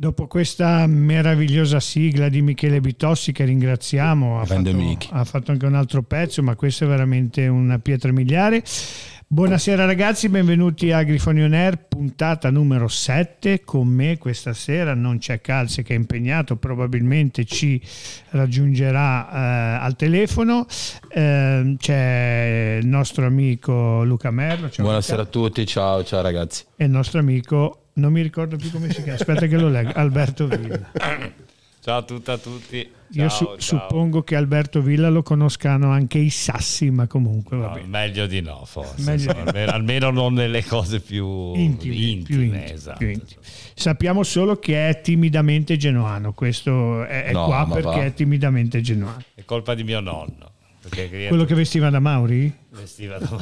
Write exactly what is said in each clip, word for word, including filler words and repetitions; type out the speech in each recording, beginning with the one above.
Dopo questa meravigliosa sigla di Michele Bitossi, che ringraziamo, ha fatto, ha fatto anche un altro pezzo, ma questo è veramente una pietra miliare. Buonasera ragazzi, benvenuti a Grifoni On Air, puntata numero sette. Con me questa sera non c'è Calze, che è impegnato, probabilmente ci raggiungerà eh, al telefono. Eh, c'è il nostro amico Luca Merlo. Ciao, buonasera Luca. A tutti, ciao ciao ragazzi. E il nostro amico, non mi ricordo più come si chiama, aspetta che lo leggo, Alberto Villa. Ciao a tutti, a tutti. Io ciao, su- ciao. suppongo che Alberto Villa lo conoscano anche i Sassi, ma comunque va No, bene. meglio di no, forse. Meglio No, almeno, almeno non nelle cose più intime, intime, più intime, esatto. più intime. Sappiamo solo che è timidamente genuano, questo è, è No, qua ma perché va. è timidamente genuano. È colpa di mio nonno. Perché Quello che vestiva da Mauri? vestiva da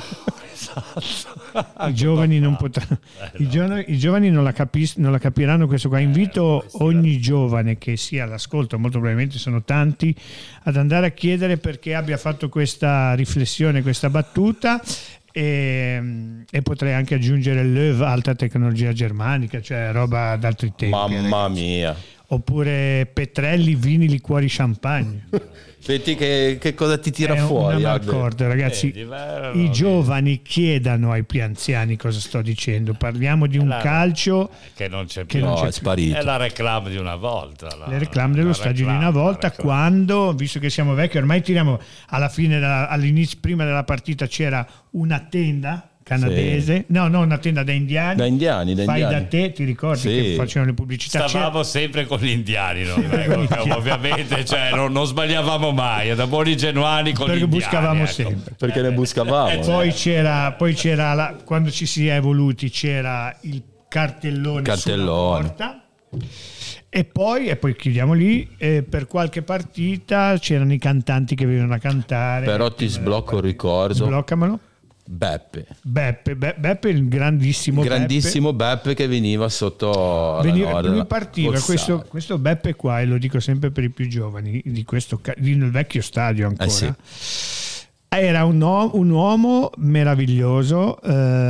esatto. I giovani non potranno, Eh, i, no. giovani, i giovani non la, capis- non la capiranno questo qua. Invito ogni giovane che sia all'ascolto, molto probabilmente sono tanti, ad andare a chiedere perché abbia fatto questa riflessione, questa battuta. E, e potrei anche aggiungere l'E V, alta tecnologia germanica, cioè roba d'altri tempi. Mamma ragazzi. mia. Oppure petrelli, vini, liquori, champagne. Senti che, che cosa ti tira È fuori? una Albe? marcorda, ragazzi. Vedi, ma- I giovani chiedano ai più anziani cosa sto dicendo. Parliamo di un La- calcio, che non c'è che più. non No, c'è è sparito. È la reclame di una volta. La, le reclame dello la stadio di reclame, una la volta, reclame. quando, visto che siamo vecchi, ormai tiriamo alla fine, della- all'inizio, prima della partita c'era una tenda canadese, no, no, una tenda da indiani. Da indiani, da Fai indiani. da te, ti ricordi Sì. che facevano le pubblicità? Stavamo sempre con gli indiani, no? Ecco, ovviamente, cioè, non, non sbagliavamo mai, da buoni genuani con Perché gli indiani. buscavamo ecco. sempre. Perché ne buscavamo. Eh, Poi c'era, poi c'era la- quando ci si è evoluti c'era il cartellone, Cartellone. sulla porta. E poi, e poi chiudiamo lì, eh, per qualche partita c'erano i cantanti che venivano a cantare. Però ti sblocco il ricordo. Sbloccamelo. Beppe. Beppe, Be- Beppe, il grandissimo, Grandissimo Beppe che veniva sotto Beppe. la Veniva, Nord, lui partiva, col questo, Sale. questo Beppe qua, e lo dico sempre per i più giovani, di questo ca- di- nel vecchio stadio ancora. Eh sì. Era un, uo- un uomo meraviglioso.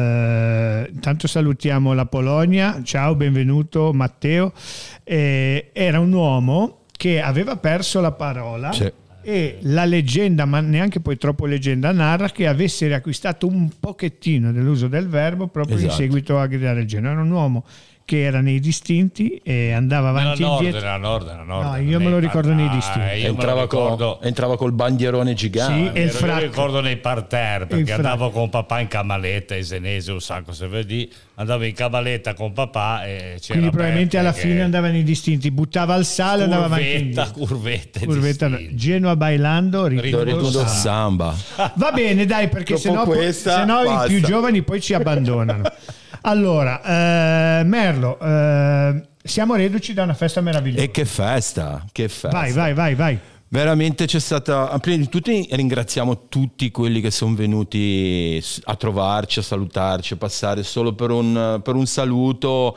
Eh, intanto salutiamo la Polonia. Ciao, benvenuto Matteo. Eh, era un uomo che aveva perso la parola. Sì. E la leggenda, ma neanche poi troppo leggenda, narra che avesse riacquistato un pochettino dell'uso del verbo proprio in Esatto. seguito a gridare il genio. Era un uomo che era nei distinti e andava Nella avanti e nord, indietro. nella nord, nella nord. No, io me lo ricordo nei distinti. Ah, io me lo Entrava, ricordo, con, entrava col bandierone Sì, gigante. e il io frac. mi ricordo nei parterre il perché frac. andavo con papà in camaletta, in senese un sacco se vedi, andavo in camaletta con papà e c'era Quindi probabilmente Beppe alla che- fine andava nei distinti, buttava il sale e andava avanti e curvetta, indietro. curvette, Curvetta, distinti. Genoa bailando, ritorno Ritorno samba. samba. Va bene, dai, perché Dopo sennò, questa, sennò i basta. più giovani poi ci abbandonano. Allora, eh, Merlo, eh, siamo reduci da una festa meravigliosa. E che festa, che festa. Vai, vai, vai, vai. Veramente c'è stata, prima di tutto ringraziamo tutti quelli che sono venuti a trovarci, a salutarci, a passare solo per un, per un saluto.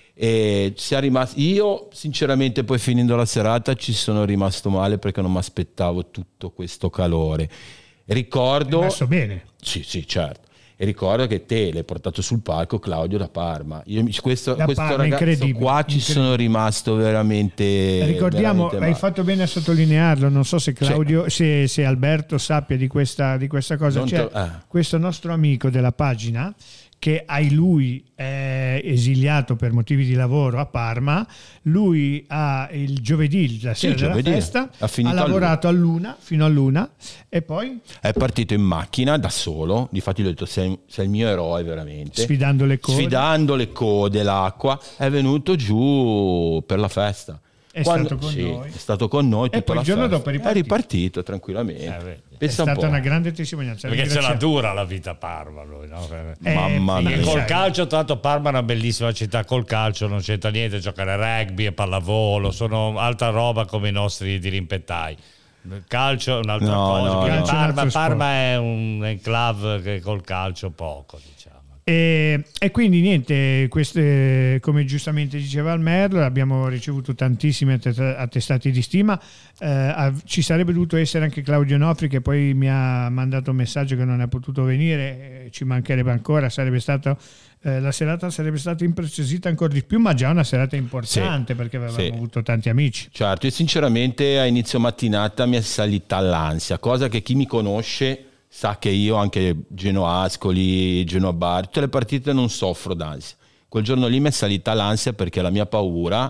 E sia rimasto, io sinceramente poi finendo la serata ci sono rimasto male perché non mi aspettavo tutto questo calore. Ricordo... Hai messo bene. Sì, sì, certo. E ricordo che te l'hai portato sul palco Claudio da Parma. Io, questo Da questo Parma, ragazzo incredibile, qua ci incredibile. sono rimasto veramente... Ricordiamo, veramente hai male. fatto bene a sottolinearlo, non so se Claudio, se, se Alberto sappia di questa, di questa cosa. Non C'è te- eh. questo nostro amico della pagina che ai lui è esiliato per motivi di lavoro a Parma. Lui ha il giovedì, la sera il della giovedì. festa, Ha ha, finito lavorato all'una fino all'una e poi È partito in macchina da solo, difatti gli ho detto sei, sei il mio eroe veramente. sfidando le code. Sfidando le code, l'acqua, è venuto giù per la festa. È stato con sì, noi. È stato con noi E tutta poi la il giorno festa. dopo è ripartito. È ripartito tranquillamente. Eh, vedi. È Pensa un stata po'. una grande testimonianza. Perché ce la Ringraziamo. dura la vita a Parma lui, no? Eh, Mamma sì, mia. E col sai. calcio, tra l'altro Parma è una bellissima città, col calcio non c'entra niente, giocare a rugby e pallavolo, sono altra roba come i nostri dirimpettai. Il calcio è un'altra No, cosa, no, quindi no. Calcio è un Parma, altro Parma è un enclave che col calcio poco, diciamo. E, e quindi niente, queste, come giustamente diceva il Merlo, abbiamo ricevuto tantissimi attestati di stima. Eh, ci sarebbe dovuto essere anche Claudio Nofri, che poi mi ha mandato un messaggio che non è potuto venire, ci mancherebbe ancora, sarebbe stato eh, la serata sarebbe stata impreziosita ancora di più, ma già una serata importante, sì, perché avevamo sì. avuto tanti amici. Certo, io sinceramente a inizio mattinata mi è salita l'ansia, cosa che chi mi conosce sa che io anche Genoa Ascoli, Genoa Bari, tutte le partite non soffro d'ansia. Quel giorno lì mi è salita l'ansia perché la mia paura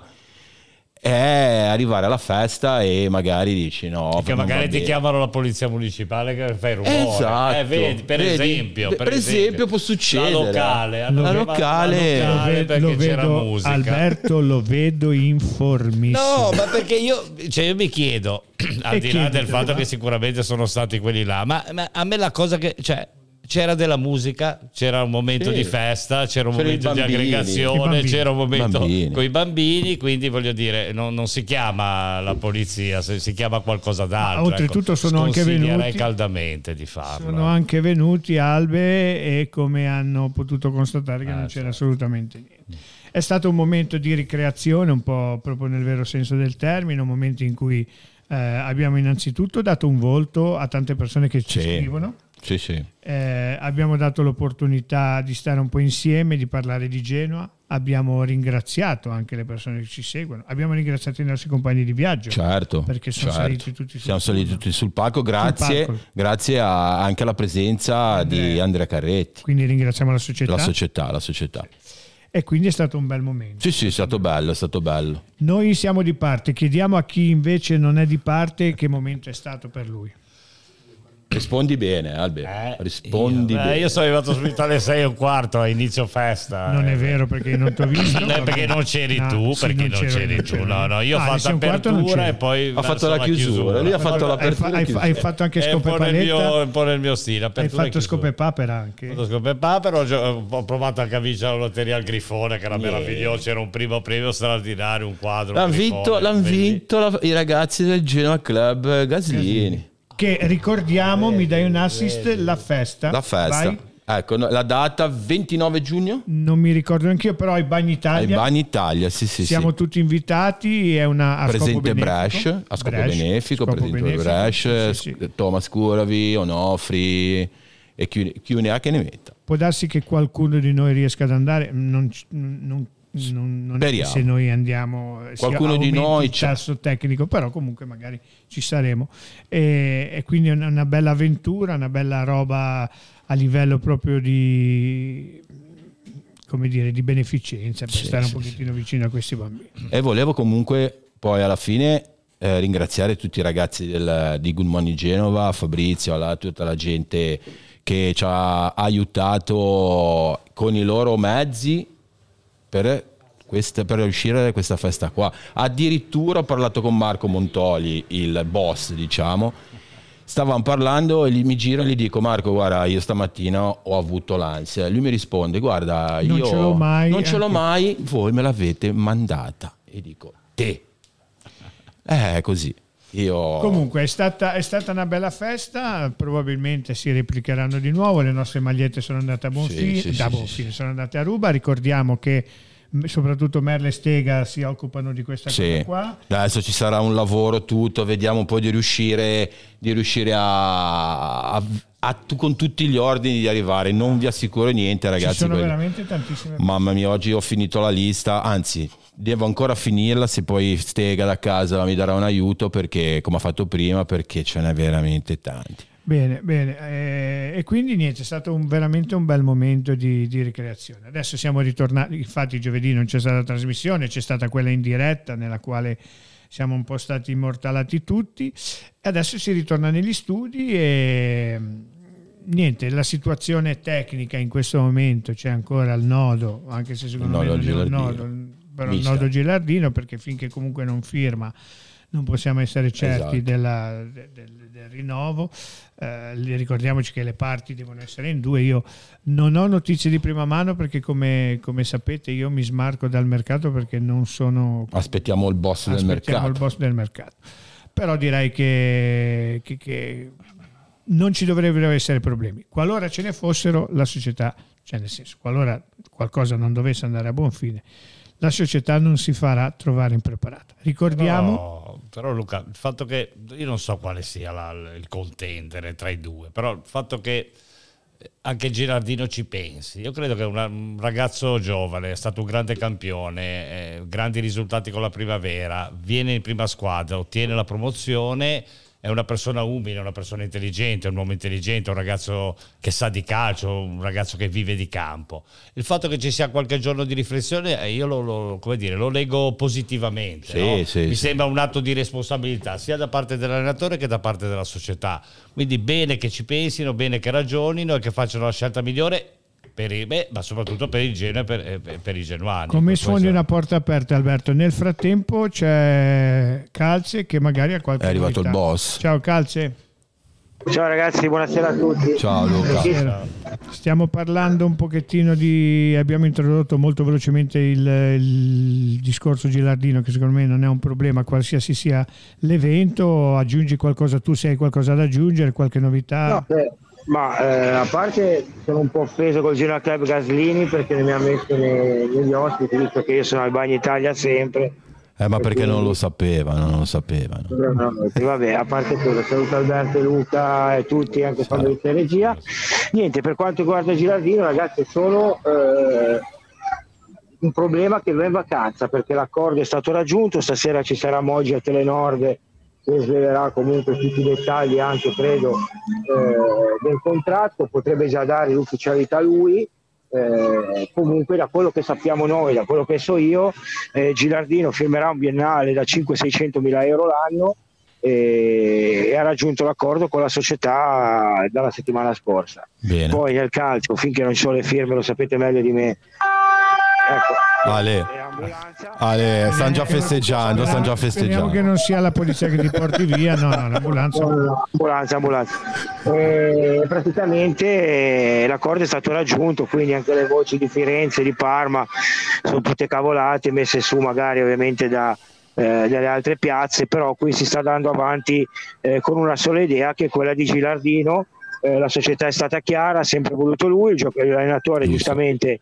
è arrivare alla festa e magari dici no, perché magari ti chiamano la polizia municipale che fai rumore. Esatto. Eh, vedi, per vedi, esempio per, per esempio, esempio può succedere la locale, lo, la locale, la locale perché lo c'era vedo, musica. Alberto lo vedo informissimo. No, ma perché io, cioè io mi chiedo, al di là del fatto che sicuramente sono stati quelli là, ma, ma a me la cosa che, cioè, c'era della musica, c'era un momento sì. di festa, c'era un c'era momento di aggregazione, c'era un momento con i bambini, quindi voglio dire, non, non si chiama la polizia, si chiama qualcosa d'altro. Ma oltretutto ecco, sono anche venuti caldamente di farlo. Sono anche venuti Albe e come hanno potuto constatare che ah, non c'era certo. assolutamente niente. È stato un momento di ricreazione, un po' proprio nel vero senso del termine, un momento in cui eh, abbiamo innanzitutto dato un volto a tante persone che ci sì. scrivono. Sì, sì. Eh, abbiamo dato l'opportunità di stare un po' insieme, di parlare di Genoa, abbiamo ringraziato anche le persone che ci seguono, abbiamo ringraziato i nostri compagni di viaggio, certo, perché sono certo. saliti tutti sul siamo saliti tutti sul palco grazie, sul palco. grazie a, anche alla presenza Andrea. di Andrea Carretti, quindi ringraziamo la società la società, la società. E quindi è stato un bel momento. Sì, sì, è stato bello, è stato bello. Noi siamo di parte, chiediamo a chi invece non è di parte che momento è stato per lui. Rispondi bene, Albe. Eh, Rispondi io, bene. Eh, io sono arrivato subito alle sei e un quarto a inizio festa. Non è vero perché non ti ho visto. No, perché non c'eri no, tu, sì, perché non, non c'eri non tu. No, no, io ah, ho fatto l'apertura e poi ha fatto la chiusura. chiusura. Lui ha fatto l'apertura. Hai, hai fatto anche scope paletta. Un po' nel mio stile. Hai fatto scope papera anche. Ho fatto scope papera, ho, ho provato anche a vincere la lotteria al Grifone, che era yeah. meraviglioso. C'era un primo premio straordinario, un quadro. L'hanno vinto, l'hanno vinto la, i ragazzi del Genoa Club Gaslini. Che ricordiamo, mi dai un assist, la festa. La festa. Vai. Ecco, la data ventinove giugno? Non mi ricordo neanch'io, però ai Bagni Italia. Ai Bagni Italia, sì, sì. Siamo sì. tutti invitati, è una a presente scopo Brescia, a scopo Brescia, benefico, scopo presente benefico, Brescia, sì, sì. Thomas Curavi, Onofri e chi, chi ne ha che ne metta. Può darsi che qualcuno di noi riesca ad andare, non, non Non, non è che se noi andiamo qualcuno di noi il tasso tecnico, però comunque magari ci saremo e, e quindi è una bella avventura, una bella roba a livello proprio di, come dire, di beneficenza per sì, stare sì, un pochettino sì. vicino a questi bambini. E volevo comunque poi alla fine eh, ringraziare tutti i ragazzi del, di Good Morning Genova, Fabrizio, alla, tutta la gente che ci ha aiutato con i loro mezzi Per, queste, per riuscire a questa festa qua. Addirittura ho parlato con Marco Montoli, il boss, diciamo. Stavamo parlando e gli, mi giro e gli dico: Marco, guarda, io stamattina ho avuto l'ansia. Lui mi risponde: guarda, io non ce l'ho mai, non ce l'ho mai, voi me l'avete mandata. E dico: te. Eh, è così. Io... Comunque è stata, è stata una bella festa, probabilmente si replicheranno di nuovo, le nostre magliette sono andate a buon sì, fine, sì, da sì, buon sì. fine, sono andate a ruba. Ricordiamo che soprattutto Merle e Stega si occupano di questa sì. cosa qua. Adesso ci sarà un lavoro tutto, vediamo un po' di riuscire, di riuscire a, a, a con tutti gli ordini di arrivare. Non vi assicuro niente, ragazzi. Ci sono quelli... veramente tantissime. Mamma mia, oggi ho finito la lista, anzi devo ancora finirla, se poi Stega da casa mi darà un aiuto, perché come ha fatto prima, perché ce n'è veramente tanti. Bene, bene, eh, e quindi niente, è stato un, veramente un bel momento di, di ricreazione. Adesso siamo ritornati, infatti giovedì non c'è stata trasmissione, c'è stata quella in diretta nella quale siamo un po' stati immortalati tutti, e adesso si ritorna negli studi e niente, la situazione tecnica in questo momento c'è ancora il nodo, anche se secondo me non è un nodo, però il nodo Gilardino, perché finché comunque non firma non possiamo essere certi esatto. della, del, del rinnovo. Eh, ricordiamoci che le parti devono essere in due. Io non ho notizie di prima mano perché come, come sapete io mi smarco dal mercato perché non sono... Aspettiamo il boss del mercato. il boss del mercato. Però direi che, che, che non ci dovrebbero essere problemi. Qualora ce ne fossero, la società, cioè nel senso, qualora qualcosa non dovesse andare a buon fine, la società non si farà trovare impreparata. Ricordiamo... Però, però Luca, il fatto che, io non so quale sia la, il contendere tra i due, però il fatto che anche Gilardino ci pensi, io credo che una, un ragazzo giovane, è stato un grande campione, eh, grandi risultati con la Primavera, viene in prima squadra, ottiene la promozione, è una persona umile, una persona intelligente, un uomo intelligente, un ragazzo che sa di calcio, un ragazzo che vive di campo. Il fatto che ci sia qualche giorno di riflessione, io lo, lo, come dire, lo leggo positivamente. Sì, no? sì, Mi sì. sembra un atto di responsabilità sia da parte dell'allenatore che da parte della società. Quindi bene che ci pensino, bene che ragionino e che facciano la scelta migliore per i, beh, ma soprattutto per il Genoa e per, per, per i genuani. Come sfondi una porta aperta, Alberto. Nel frattempo c'è Calze che magari ha qualche è arrivato novità. il boss. Ciao Calze. Ciao ragazzi, buonasera a tutti. Ciao Luca. Buonasera. Stiamo parlando un pochettino di, abbiamo introdotto molto velocemente il, il discorso Gilardino, che secondo me non è un problema qualsiasi sia l'evento. Aggiungi qualcosa tu, se hai qualcosa da aggiungere, qualche novità? No, eh, ma eh, a parte sono un po' offeso col Genoa Club Gaslini perché mi ha messo nei, negli ospiti, visto che io sono al Bagno Italia sempre. Eh, ma perché quindi... non lo sapevano, non lo sapevano. No, no, no. Vabbè, a parte quello, saluto Alberto e Luca e tutti, anche Fabrizio e regia. Niente, per quanto riguarda Gilardino, ragazzi, è solo eh, un problema che lui è in vacanza, perché l'accordo è stato raggiunto. Stasera ci sarà Moggi a Telenord che svelerà comunque tutti i dettagli, anche credo, eh, del contratto. Potrebbe già dare l'ufficialità lui. Eh, comunque da quello che sappiamo noi, da quello che so io, eh, Gilardino firmerà un biennale da cinquecento seicento mila euro l'anno e, e ha raggiunto l'accordo con la società dalla settimana scorsa. Bene. Poi nel calcio, finché non ci sono le firme, lo sapete meglio di me, ecco, Ale, Ale, stanno già festeggiando, stanno già festeggiando. Speriamo che non sia la polizia che ti porti via, no, no, l'ambulanza. No, no, ambulanza, ambulanza. E praticamente eh, l'accordo è stato raggiunto, quindi anche le voci di Firenze, di Parma sono tutte cavolate messe su magari ovviamente da eh, dalle altre piazze, però qui si sta dando avanti eh, con una sola idea, che è quella di Gilardino. Eh, la società è stata chiara, ha sempre voluto lui, il gioco- l'allenatore giustamente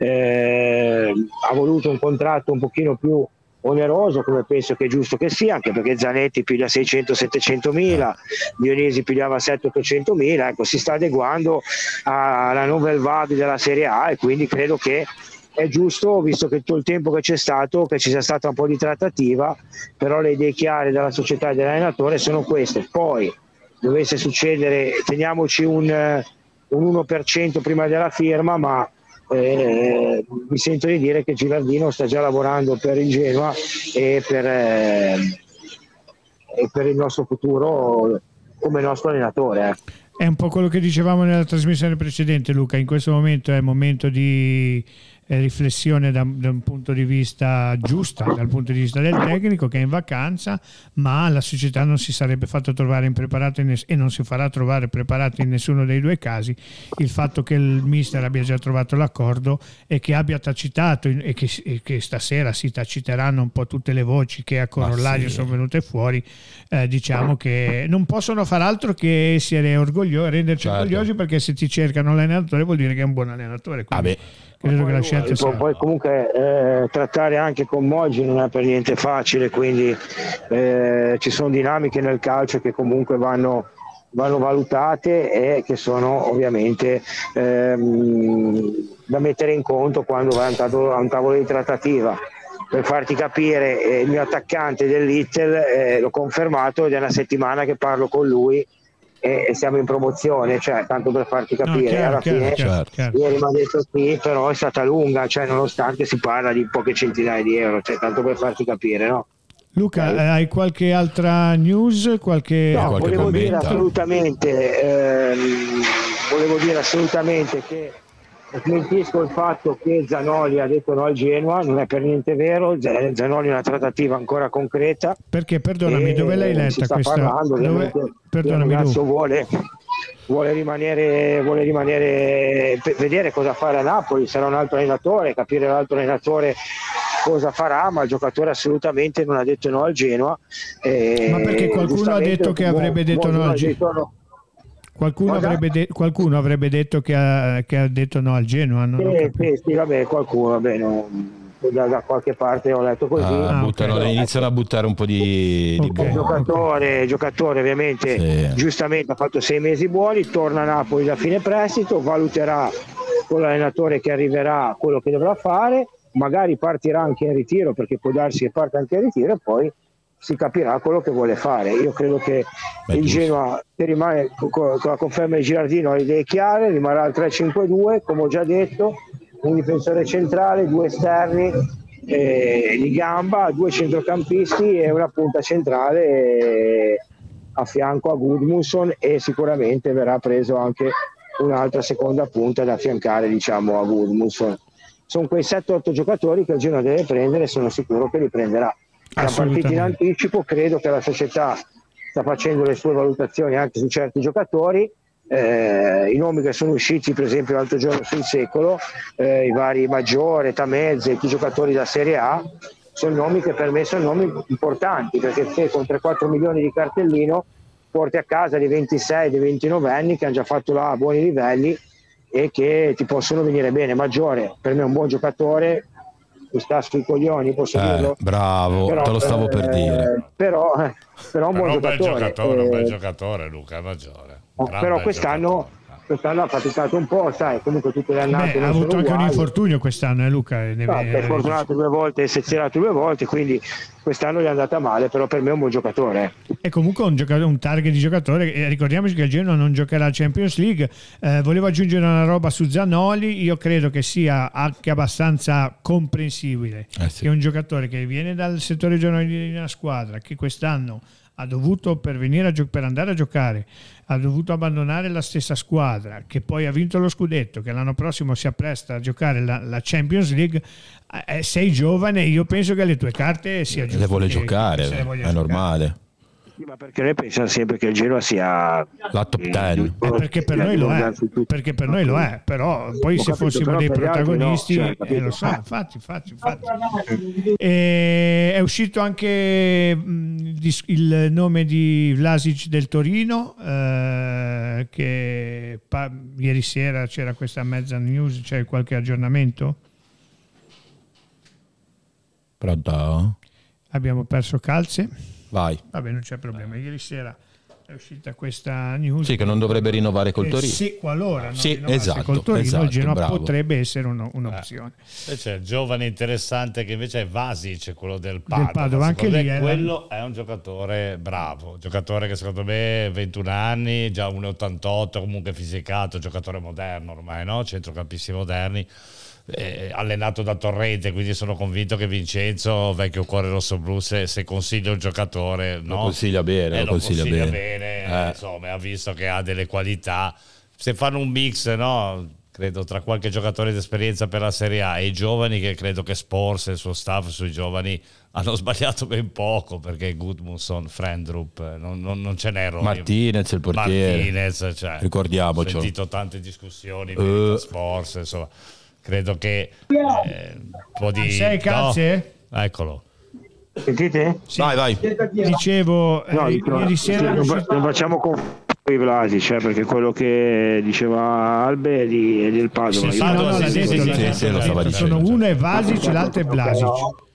eh, ha voluto un contratto un pochino più oneroso, come penso che è giusto che sia, anche perché Zanetti piglia seicento settecento mila, Dionisi pigliava settecento ottocento mila, ecco, si sta adeguando alla novel vague della Serie A e quindi credo che è giusto, visto che tutto il tempo che c'è stato, che ci sia stata un po' di trattativa, però le idee chiare della società e dell'allenatore sono queste. Poi dovesse succedere, teniamoci un, un uno per cento prima della firma, ma eh, mi sento di dire che Gilardino sta già lavorando per il Genoa e per, eh, e per il nostro futuro come nostro allenatore. Eh. È un po' quello che dicevamo nella trasmissione precedente, Luca. In questo momento è il momento di eh, riflessione da, da un punto di vista giusto, dal punto di vista del tecnico che è in vacanza, ma la società non si sarebbe fatta trovare impreparata in ness- e non si farà trovare preparata in nessuno dei due casi. Il fatto che il mister abbia già trovato l'accordo e che abbia tacitato in- e, che, e che stasera si taciteranno un po' tutte le voci che a corollario sì. sono venute fuori, eh, diciamo che non possono far altro che essere orgogliosi, renderci Certo. orgogliosi, perché se ti cercano l'allenatore vuol dire che è un buon allenatore, quindi Ah, credo che la scelta Poi, sia... poi comunque eh, trattare anche con Moggi non è per niente facile, quindi eh, ci sono dinamiche nel calcio che comunque vanno, vanno valutate e che sono ovviamente ehm, da mettere in conto quando vai a un tavolo, a un tavolo di trattativa. Per farti capire, eh, il mio attaccante dell'Ittel eh, l'ho confermato ed è una settimana che parlo con lui e, e siamo in promozione, cioè tanto per farti capire. No, chiaro, alla chiaro, fine chiaro, chiaro. ieri mi ha detto sì, però è stata lunga, cioè nonostante si parla di poche centinaia di euro, cioè tanto per farti capire, no? Luca, eh, hai qualche altra news? Qualche, No, qualche volevo commento? dire assolutamente, ehm, volevo dire assolutamente che smentisco il fatto che Zanoli ha detto no al Genoa, non è per niente vero. Zanoli è una trattativa ancora concreta. Perché, perdonami, e dove l'hai si letta sta questa? parlando, Dove... ovviamente Perdonami, il ragazzo Luca. vuole, vuole rimanere, vuole rimanere per vedere cosa fare a Napoli, sarà un altro allenatore, capire l'altro allenatore cosa farà, ma il giocatore assolutamente non ha detto no al Genoa. Ma perché qualcuno ha detto che avrebbe detto no al Genoa? Qualcuno avrebbe, de- qualcuno avrebbe detto che ha, che ha detto no al Genoa. Non eh, sì, sì, vabbè, qualcuno, vabbè, no, da, da qualche parte ho letto così. Ah, buttano, okay. Iniziano a buttare un po' di, di okay. Il giocatore, okay. giocatore ovviamente sì. giustamente ha fatto sei mesi buoni, torna a Napoli da fine prestito, valuterà con l'allenatore che arriverà quello che dovrà fare, magari partirà anche in ritiro, perché può darsi che parte anche in ritiro, e poi si capirà quello che vuole fare. Io credo che Beh, il Genoa, che rimane con la conferma di Girardino, ha le idee chiare, rimarrà al tre cinque due, come ho già detto, un difensore centrale, due esterni eh, di gamba, due centrocampisti e una punta centrale eh, a fianco a Gudmundsson, e sicuramente verrà preso anche un'altra seconda punta da affiancare, diciamo, a Gudmundsson. Sono quei sette otto giocatori che il Genoa deve prendere, sono sicuro che li prenderà. Siamo partiti in anticipo, credo che la società sta facendo le sue valutazioni anche su certi giocatori. Eh, i nomi che sono usciti per esempio l'altro giorno sul Secolo, eh, i vari Maggiore, Tamezze, i giocatori da Serie A, sono nomi che per me sono nomi importanti, perché se con tre quattro milioni di cartellino porti a casa dei ventisei, dei ventinove anni che hanno già fatto là a buoni livelli e che ti possono venire bene. Maggiore per me è un buon giocatore, mi sta sui coglioni, posso eh, dirlo, bravo, però, te lo stavo eh, per dire però, però un buon però giocatore, un bel giocatore, eh, un bel giocatore Luca Maggiore, però quest'anno giocatore. Quest'anno ha faticato un po', sai, comunque tutte le annate Beh, ha avuto anche uguali. Un infortunio quest'anno, eh, Luca? Ne no, è fortunato due volte, è sezierato due volte, quindi quest'anno gli è andata male, però per me è un buon giocatore. È comunque un, giocatore, un target di giocatore, e ricordiamoci che il Genoa non giocherà la Champions League. Eh, volevo aggiungere una roba su Zanoli, io credo che sia anche abbastanza comprensibile eh sì. che un giocatore che viene dal settore giovanile di una squadra, che quest'anno ha dovuto, per venire a gio- per andare a giocare, ha dovuto abbandonare la stessa squadra, che poi ha vinto lo scudetto, che l'anno prossimo si appresta a giocare la, la Champions League. Eh, sei giovane, io penso che le tue carte sia giusto le vuole che, giocare, che le è giocare. Normale. Sì, ma perché noi pensiamo sempre che il Genoa sia la top dieci, eh, perché per noi lo è, perché per noi lo è, però poi se fossimo dei protagonisti no, cioè, eh, lo so, infatti, infatti, infatti. E è uscito anche mh, il nome di Vlasic del Torino, eh, che pa- ieri sera c'era questa mezza news, c'è qualche aggiornamento? Pronto? Abbiamo perso Calze. Vai. Vabbè, non c'è problema. Ieri sera è uscita questa news. Sì, che non dovrebbe rinnovare col Torino. Eh, sì, qualora non sì, esatto, col Torino, esatto, il Genoa bravo. potrebbe essere uno, un'opzione. Eh, invece il giovane interessante che invece è Vasic, quello del Padova. Del Padova anche lì me, è quello è un giocatore bravo, giocatore che secondo me ventuno anni, già uno virgola ottantotto, comunque fisicato, giocatore moderno ormai, no? Centrocampisti moderni. Eh, allenato da Torrente, quindi sono convinto che Vincenzo, vecchio cuore rosso-blu, se, se consiglia un giocatore no? lo consiglia bene, eh, lo consiglia, consiglia bene, bene eh. Insomma, ha visto che ha delle qualità. Se fanno un mix, no? Credo tra qualche giocatore di esperienza per la Serie A e i giovani, che credo che Spors e il suo staff sui giovani hanno sbagliato ben poco, perché Gudmundsson, Frendrup, non, non, non ce n'è errori. Martinez il portiere, Martinez, cioè, ricordiamocelo, ho sentito tante discussioni uh. Spors, insomma. Credo che eh, un po' di... Sei Calze? No? Eccolo. Sentite? Sì. Vai, vai. Dicevo, no, eh, no, ieri sera... Non, non facciamo con i Vlasic, cioè, perché quello che diceva Albe è, di, è del Padova. Sì, sì, no, no, l'ha detto, sì, l'ha sì, detto, sì, lo stava sono dicendo. uno è Vasic, l'altro è Vlasic.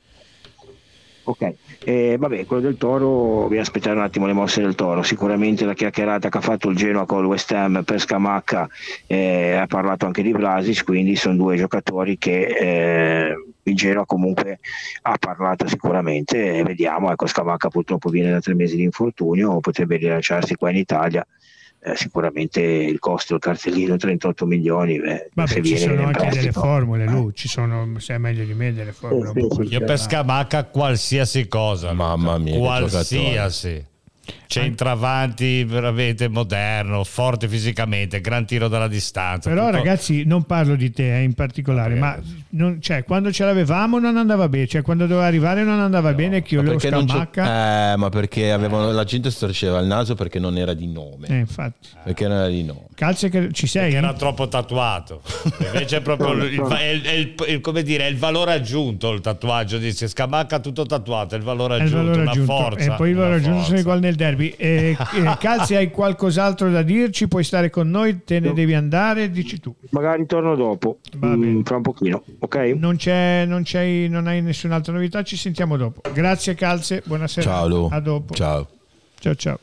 Ok, eh, vabbè, quello del Toro, bisogna aspettare un attimo le mosse del Toro. Sicuramente la chiacchierata che ha fatto il Genoa con il West Ham per Scamacca, eh, ha parlato anche di Vlasic, quindi sono due giocatori che eh, il Genoa comunque ha parlato sicuramente, e vediamo. Ecco, Scamacca purtroppo viene da tre mesi di infortunio, potrebbe rilanciarsi qua in Italia. Eh, sicuramente il costo del cartellino trentotto milioni. Beh, Vabbè, se ci viene sono anche prestito, delle formule, lui, ci sono, sai meglio di me, delle formule. Sì, sì, sì, Io per Scamacca qualsiasi cosa, mamma mia, qualsiasi. Centravanti veramente moderno, forte fisicamente, gran tiro dalla distanza. Però tutto... ragazzi, non parlo di te eh, in particolare, no, ma non, cioè, quando ce l'avevamo non andava bene, cioè quando doveva arrivare non andava no, bene, che io lo Scamacca. Eh, ma perché avevano, la gente storceva il naso perché non era di nome. Eh, infatti. Perché non era di nome. Calze che ci sei? Perché era troppo tatuato. Invece è proprio il, il, il, il, il, come dire, è il valore aggiunto il tatuaggio, dice Scamacca tutto tatuato, è il valore aggiunto, il valore una aggiunto. forza. E poi il valore aggiunto sono uguali nel derby. Eh, eh, Calzi, hai qualcos'altro da dirci? Puoi stare con noi, te ne no. devi andare, dici tu. Magari torno dopo, mm, fra un pochino, ok? Non c'è, non c'è, non hai nessun'altra novità, ci sentiamo dopo. Grazie Calzi, buonasera. Ciao Lu. A dopo. Ciao. Ciao ciao.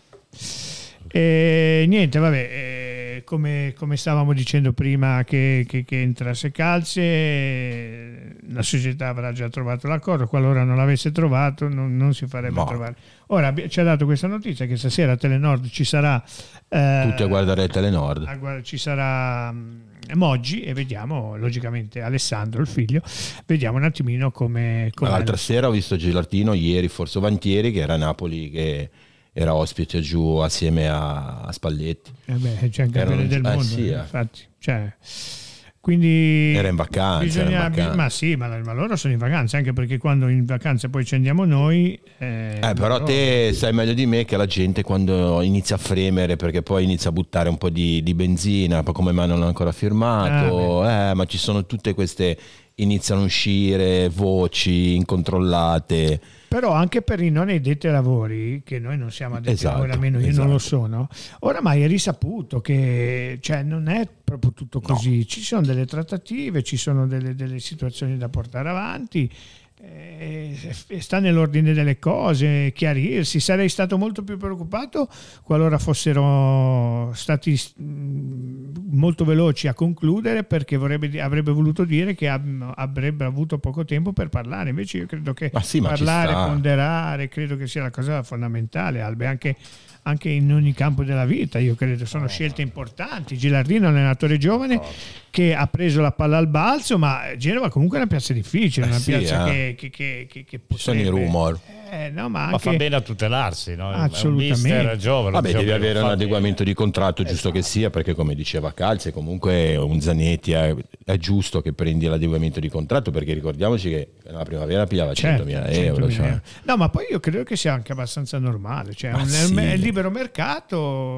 E niente, vabbè, eh, come, come stavamo dicendo prima che, che, che entrasse Calzi, eh, la società avrà già trovato l'accordo, qualora non l'avesse trovato non, non si farebbe no. trovare. Ora ci ha dato questa notizia che stasera a Telenord ci sarà... Eh, tutti a guardare Telenord. A guarda, ci sarà um, Moggi e vediamo, logicamente Alessandro, il figlio, vediamo un attimino come... come l'altra sera ho visto Gilartino, ieri, forse Vantieri, che era a Napoli, che... era ospite giù assieme a Spalletti. Eh beh, c'è anche quello del mondo, eh, sì, eh. infatti. Cioè, quindi era in vacanza, bisogna, era in vacanza. Ma sì, ma, ma loro sono in vacanza, anche perché quando in vacanza poi ci andiamo noi... Eh, eh, però loro... te sai meglio di me che la gente quando inizia a fremere, perché poi inizia a buttare un po' di, di benzina, poi come mai non l'hanno ancora firmato, ah, eh, ma ci sono tutte queste... iniziano a uscire voci incontrollate. Però anche per i non addetti ai lavori, che noi non siamo addetti esatto, ai lavori, almeno io esatto. non lo sono, oramai è risaputo che cioè, non è proprio tutto così, no. Ci sono delle trattative, ci sono delle, delle situazioni da portare avanti, eh, sta nell'ordine delle cose chiarirsi. Sarei stato molto più preoccupato qualora fossero stati molto veloci a concludere, perché vorrebbe, avrebbe voluto dire che avrebbe avuto poco tempo per parlare. Invece io credo che ma sì, ma parlare, ponderare, credo che sia la cosa fondamentale, Albe, anche anche in ogni campo della vita. Io credo sono scelte importanti. Gilardino è un allenatore giovane che ha preso la palla al balzo, ma Genova comunque è una piazza difficile, eh una sì, piazza eh. che, che, che, che potrebbe... sono i rumor. Eh, no, ma, anche... ma fa bene a tutelarsi, no? Assolutamente. È un giovane, vabbè, devi avere infatti... un adeguamento di contratto, giusto esatto. che sia, perché come diceva Calzi, comunque un Zanetti è, è giusto che prendi l'adeguamento di contratto, perché ricordiamoci che nella primavera pigliava centomila euro. Cioè. No, ma poi io credo che sia anche abbastanza normale, cioè un, sì. è libero mercato.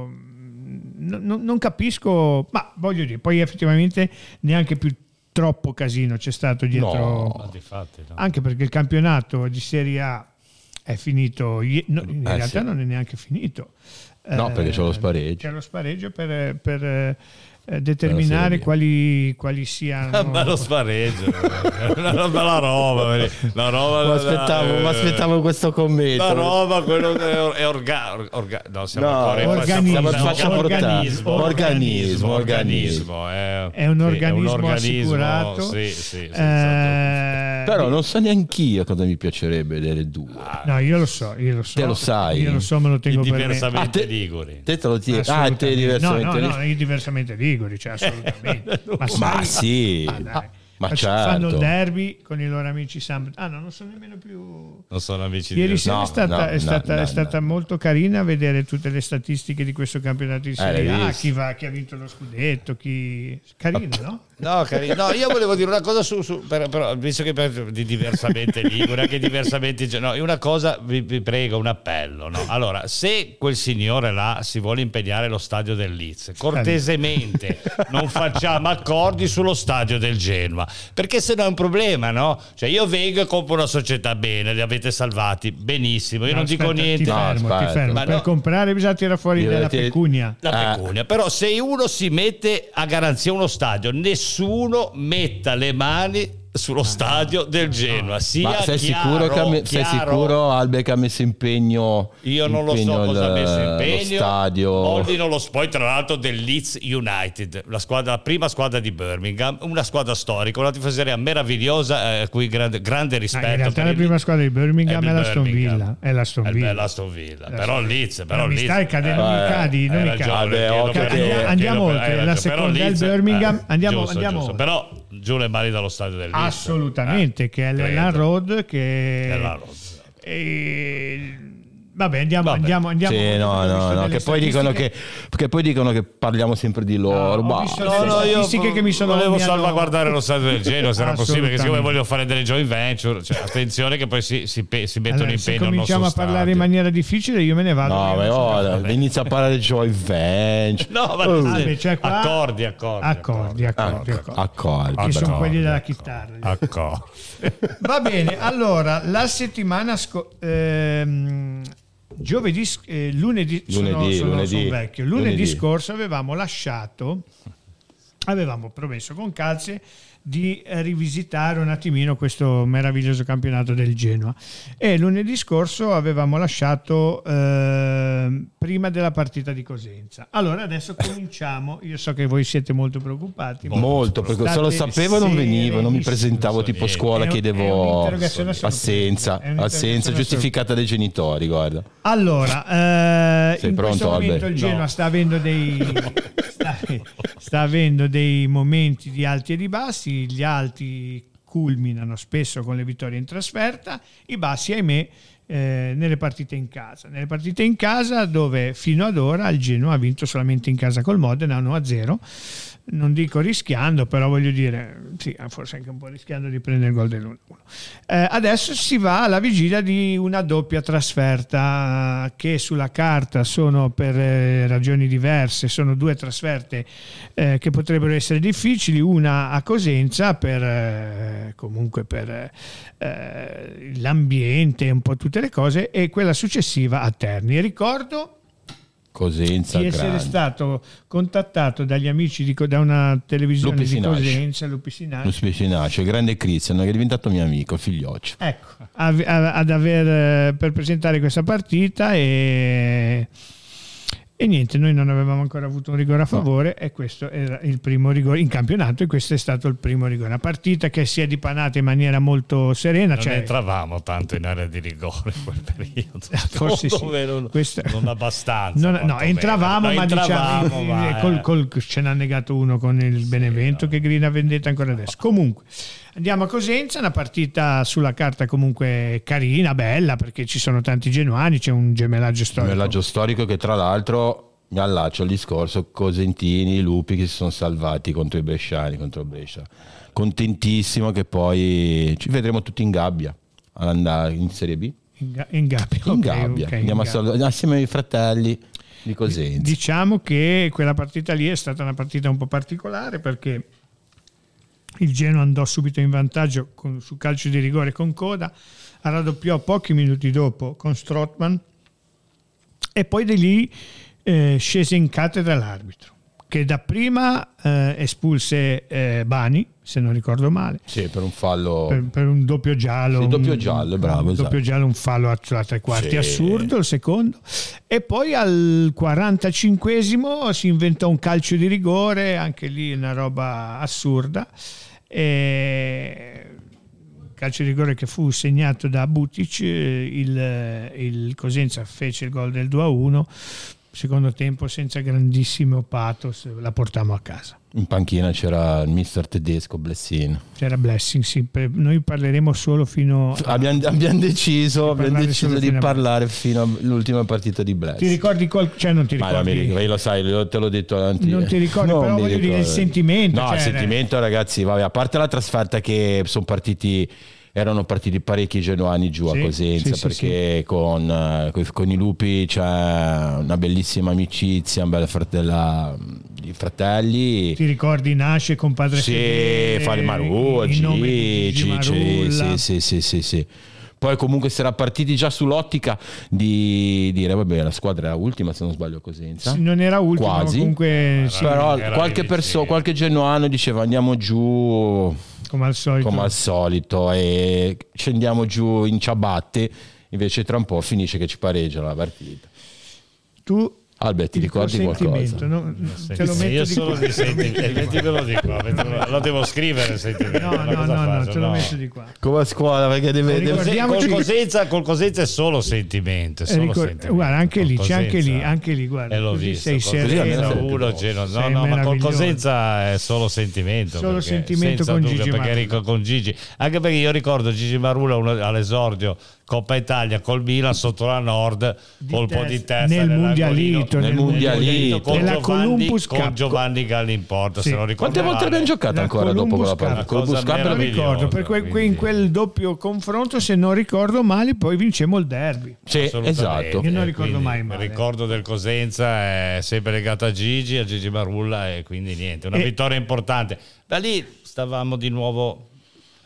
Non, non capisco, ma voglio dire, poi effettivamente neanche più troppo casino c'è stato dietro, no, difatti, no. Anche perché il campionato di Serie A è finito, no, in eh, realtà sì. non è neanche finito, no, eh, perché c'è lo spareggio c'è lo spareggio per, per eh, determinare quali, quali siano. Ma lo spareggio, una bella roba, la roba mi aspettavo, la, aspettavo questo commento. La roba, quello è orga, orga, no, siamo no, ancora organismo, organismo, organismo, organismo, organismo, è, è un organismo, sì, un organismo assicurato. Sì, sì, sì, eh, però non so neanche io cosa mi piacerebbe delle due. No, io lo so, io lo so. Te lo sai. Io lo so, me lo tengo per me. Diversamente ah, te, liguri. Te te lo tieni. Ah, te diversamente no, no, no, io diversamente liguri, cioè assolutamente. Ma, sai, ma sì. Ah, dai. Ma Faccio, certo. fanno il derby con i loro amici Sam. Ah no, non sono nemmeno più. Non sono amici. Ieri di... sera no, è stata, no, è stata, no, è no, stata no. molto carina vedere tutte le statistiche di questo campionato di Serie eh, A, chi, va, chi ha vinto lo scudetto, chi. Carina, no? No, carino. No, io volevo dire una cosa su, su per, però, visto che per, di diversamente Ligure, anche diversamente, no, una cosa vi, vi prego, un appello, no? Allora, se quel signore là si vuole impegnare lo stadio del Leeds, cortesemente non facciamo accordi sullo stadio del Genoa, perché se no è un problema, no? Cioè io vengo e compro una società, bene, li avete salvati, benissimo, io no, non aspetta, dico niente. Ti fermo, no, ti fermo. Ma per no. comprare bisogna tirare fuori Io della ti... pecunia. La pecunia, ah. Però se uno si mette a garanzia uno stadio, nessuno metta le mani sullo stadio del Genoa, sia ma sei chiaro, sicuro che ha me- sei sicuro Albe che ha messo impegno? Io non impegno lo so cosa ha messo impegno. Lo stadio. Molli non lo poi tra l'altro del Leeds United, la squadra, la prima squadra di Birmingham, una squadra storica, una tifoseria meravigliosa, a eh, cui grande, grande rispetto. Ah, in realtà la prima squadra di Birmingham è, è l'Aston Villa, è l'Aston Villa. È l'Aston Villa. Però il Leeds, però il mi Leeds. stai cadendo, non mi cadi, non mi cadi. Andiamo oltre, la seconda del Birmingham, andiamo andiamo. Però giù le mani dallo stadio del Leeds. Assolutamente. Che è l'Elland Road, che è Road. E... Vabbè, andiamo, Vabbè. andiamo, andiamo. Sì, no, no, no, che poi dicono che, che poi dicono che parliamo sempre di loro. No, no, no, io che mi sono volevo mi salvaguardare hanno... lo stadio del Genoa, se era possibile, che siccome voglio fare delle joint venture, cioè, attenzione che poi si, si, si mettono allora, impegno. Se cominciamo a parlare stadio. in maniera difficile, io me ne vado. No, ma ora inizia a parlare di joint venture. No, ma uh. ah, beh, cioè qua... accordi, accordi, accordi, accordi, accordi, accordi, che sono quelli della chitarra. Accordi. Va bene, allora la settimana scorsa. Ehm, giovedì, eh, lunedì, lunedì, sono, lunedì, sono, sono vecchio. Lunedì, lunedì scorso avevamo lasciato, avevamo promesso con Calze di rivisitare un attimino questo meraviglioso campionato del Genoa, e lunedì scorso avevamo lasciato eh, prima della partita di Cosenza. Allora adesso cominciamo. Io so che voi siete molto preoccupati, molto, perché se lo sapevo non venivo, non mi presentavo tipo scuola, è, chiedevo è assenza assenza giustificata dai genitori, guarda. Allora eh, in pronto, questo momento Albert? Il Genoa no. sta avendo dei sta, sta avendo dei momenti di alti e di bassi. Gli alti culminano spesso con le vittorie in trasferta, i bassi, ahimè, eh, nelle partite in casa. Nelle partite in casa dove fino ad ora il Genoa ha vinto solamente in casa col Modena uno a zero. Non dico rischiando, però voglio dire, sì, forse anche un po' rischiando di prendere il gol dell'uno uno. Eh, adesso si va alla vigilia di una doppia trasferta che sulla carta sono, per eh, ragioni diverse, sono due trasferte eh, che potrebbero essere difficili, una a Cosenza per eh, comunque per eh, l'ambiente, un po' tutte le cose, e quella successiva a Terni. Ricordo Cosenza, di essere grande. stato contattato dagli amici di, da una televisione Lupi di Sinaci. Cosenza, Lupi Sinaci. Lupi Sinaci, il grande Cristian, che è diventato mio amico, figlioccio. Ecco, a, a, ad aver per presentare questa partita e E niente, noi non avevamo ancora avuto un rigore a favore, no. E questo era il primo rigore in campionato, e questo è stato il primo rigore. Una partita che si è dipanata in maniera molto serena. Non cioè, entravamo tanto in area di rigore in quel periodo. Forse sì. Non, questo, non abbastanza. Non, no, entravamo, ma entravamo, diciamo ma, col, col, ce n'ha negato uno con il Benevento, sì, no. Che grida vendetta ancora adesso. Comunque andiamo a Cosenza, una partita sulla carta comunque carina, bella, perché ci sono tanti genuani, c'è un gemellaggio storico. Gemellaggio storico che tra l'altro mi allaccio al discorso Cosentini, Lupi che si sono salvati contro i bresciani, contro Brescia. Contentissimo che poi ci vedremo tutti in gabbia all'andare in Serie B. In, ga- in gabbia, in okay, gabbia. Okay, andiamo in a sal- assieme ai fratelli di Cosenza. Diciamo che quella partita lì è stata una partita un po' particolare, perché il Genoa andò subito in vantaggio con, su calcio di rigore con Coda, raddoppiò pochi minuti dopo con Strootman, e poi di lì eh, scese in cattedra l'arbitro, che dapprima eh, espulse eh, Bani, se non ricordo male, sì, per un fallo, per, per un doppio giallo, sì, doppio giallo, un, bravo, un esatto. doppio giallo, un fallo a, a tre quarti, sì. Assurdo il secondo, e poi al quarantacinquesimo si inventò un calcio di rigore, anche lì una roba assurda. E calcio di rigore che fu segnato da Butic, il, il Cosenza fece il gol del due a uno, secondo tempo senza grandissimo pathos la portammo a casa. In panchina c'era il mister tedesco Blessing. C'era Blessing, sì. Noi parleremo solo fino a... abbiamo, abbiamo deciso, abbiamo deciso di parlare fino all'ultima partita di Blessing. Ti ricordi qual... cioè non ti ricordi? Ma no, io lo sai, te l'ho detto avanti. Non ti ricordi, non però voglio ricordo. dire il sentimento. No, cioè... il sentimento, ragazzi, vabbè, a parte la trasferta che sono partiti erano partiti parecchi genuani giù sì, a Cosenza, sì, perché sì, sì. Con, con i Lupi c'è una bellissima amicizia, un bel fratella di fratelli. Ti ricordi nasce con padre sì, Fedele, Fare Maru, Gigi, sì, sì, sì, sì, sì, sì. Poi comunque si era partiti già sull'ottica di dire vabbè, la squadra era ultima, se non sbaglio, a Cosenza. Sì, non era ultima, quasi. Ma comunque sì, però qualche persona, qualche genuano diceva andiamo giù come al solito, come al solito e scendiamo giù in ciabatte, invece tra un po' finisce che ci pareggiano la partita. Tu Albert, ti ricordi qualcosa? No, te lo metto io di solo qua. di sentimento, mettimelo di qua, lo devo scrivere il sentimento. No, no, no, no, te lo metto di qua. Come a scuola, perché deve, deve... Col Cosenza, col Cosenza è solo sentimento, è solo Ricor- sentimento. Guarda, anche lì, c'è anche lì, anche lì, guarda. E l'ho visto. Sei sereno, uno, no, no, ma col Cosenza è solo sentimento. Solo sentimento con dubbio, Gigi perché Marulla. con Gigi, anche perché io ricordo Gigi Marulla all'esordio Coppa Italia col Milan sotto la Nord, colpo di testa nel mondialito, nel mondialito con nella Giovanni, Columbus con Cup. Giovanni Gallimporta, sì. se non ricordo quante volte abbiamo giocato ancora dopo quella partita? Columbus Cup non ricordo, per que- quindi... in quel doppio confronto, se non ricordo male, poi vincemmo il derby. Sì, esatto. Io non ricordo mai male. Il ricordo del Cosenza è sempre legato a Gigi, a Gigi Marulla, e quindi niente, una e... vittoria importante. Da lì stavamo di nuovo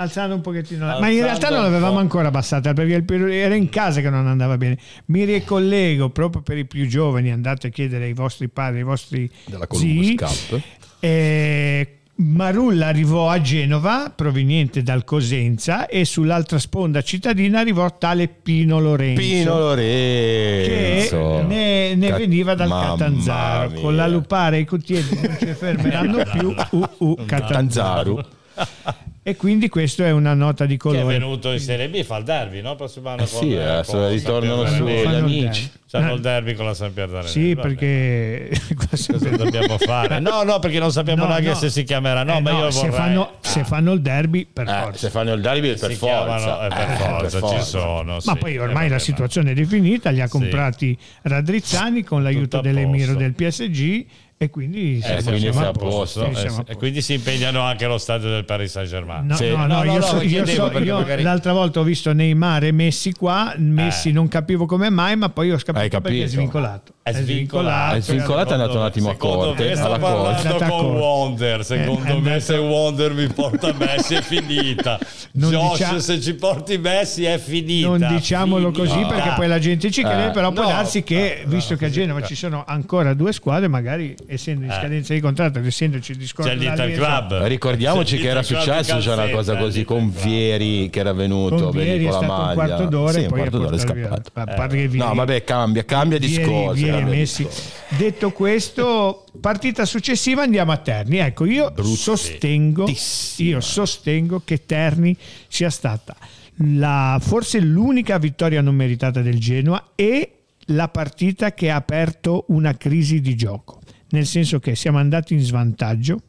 alzando un pochettino la... ma in realtà non l'avevamo ancora abbassata perché il periodo era in casa che non andava bene. Mi ricollego proprio per i più giovani, andate a chiedere ai vostri padri, ai vostri della zii. Eh, Marulla arrivò a Genova proveniente dal Cosenza e sull'altra sponda cittadina arrivò tale Pino Lorenzo Pino Lorenzo che ne, ne Cat- veniva dal Catanzaro mia. Con la lupara e i cutielli non ci fermeranno più uh, uh, Catanzaro. E quindi questo è una nota di colore. Che è venuto in Serie B, fa il derby, no? Prossimo anno eh con, sì, eh, con ritornano su gli amici. C'hanno il derby con la San Pierre. Sì, perché cosa dobbiamo fare? No, no, perché non sappiamo no, neanche no. se si chiamerà. No, eh, ma no, io se vorrei fanno, ah. se fanno il derby per eh, forza. se fanno il derby per si forza, chiamano, eh, per, eh, forza, per forza ci sono. Ma sì. poi ormai eh, vabbè, la situazione è definita, li ha comprati sì. Radrizzani con l'aiuto dell'Emiro del P S G e quindi, eh, quindi siamo a posto, posto. Eh, e quindi si impegnano anche allo stadio del Paris Saint-Germain. No, sì. no, no, no, io, no, so, io, so, io magari... l'altra volta ho visto Neymar e Messi qua, Messi eh. non capivo come mai, ma poi ho capito perché è svincolato. È svincolato, è svincolato, è andato un attimo a corte. Me sta parlando con corte. Wonder, secondo eh, me se Wonder mi porta Messi è finita. Non Josh dicia... se ci porti Messi è finita. Non diciamolo finita. Così perché poi la gente ci crede, eh. però può no, darsi che, no, visto no, che a Genova ci sono ancora due squadre, magari essendo in scadenza di contratto, essendoci il discorso c'è l'Inter Club. Ricordiamoci che era successo già una cosa così con Vieri che era venuto con Vieri con è la maglia. un quarto d'ora sì, e poi un quarto d'ora è scappato. scappato. Eh. No, vabbè, cambia, cambia Vieri, discorso. Vieri, cambia Messi. discorso. Detto questo, partita successiva andiamo a Terni. Ecco, io Brutti. sostengo io sostengo che Terni sia stata la forse l'unica vittoria non meritata del Genoa e la partita che ha aperto una crisi di gioco, nel senso che siamo andati in svantaggio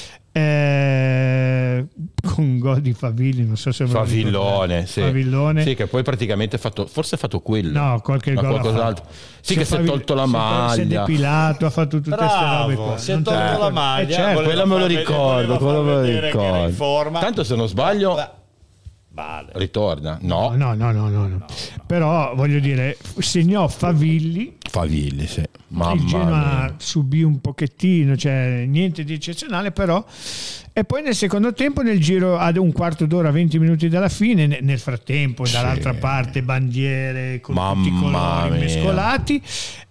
eh, con gol di Favilli, non so se Favillone, sì. Favillone, sì, che poi praticamente ha fatto, forse ha fatto quello, no, qualche gol qualcos'altro. Sì, si che si è tolto la maglia, si è depilato, ha fatto tutte queste robe qua. Si è tolto eh, la maglia, eh, certo, quello me lo ricordo, quello me lo ricordo. Tanto se non sbaglio vale. ritorna, no. No, no, no, no, no, no. Però voglio dire, segnò Favilli. Favilli, sì. Mamma il Genoa mia. subì un pochettino, cioè niente di eccezionale, però. E poi nel secondo tempo, nel giro ad un quarto d'ora, venti minuti dalla fine, nel frattempo, dall'altra sì. parte, bandiere con Mamma tutti i colori mia. mescolati.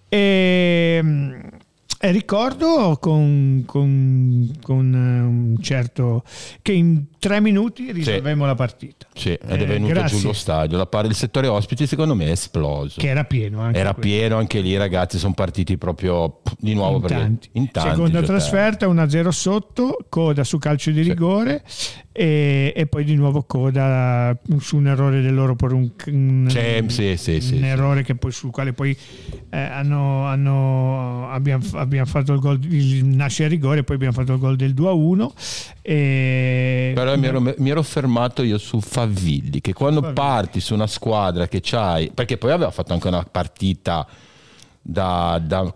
E. E ricordo con, con, con un certo che in tre minuti risolvemmo sì. la partita. Sì, ed è venuto eh, giù lo stadio. La parte del settore ospiti secondo me è esploso. Che era pieno anche Era quello. pieno anche lì, ragazzi, sono partiti proprio di nuovo in perché tanti. in tanti Seconda cioè, trasferta, uno a zero sotto, coda su calcio di rigore sì. e, e poi di nuovo coda su un errore del loro per un, un, sì, sì, sì, un sì, errore sì. che poi sul quale poi eh, hanno, hanno abbiamo, abbiamo fatto il gol, il nasce a rigore e poi abbiamo fatto il gol del due a uno. E... Però mi ero, mi ero fermato io su Favilli, che quando Favilli. parti su una squadra che c'hai, perché poi aveva fatto anche una partita da, da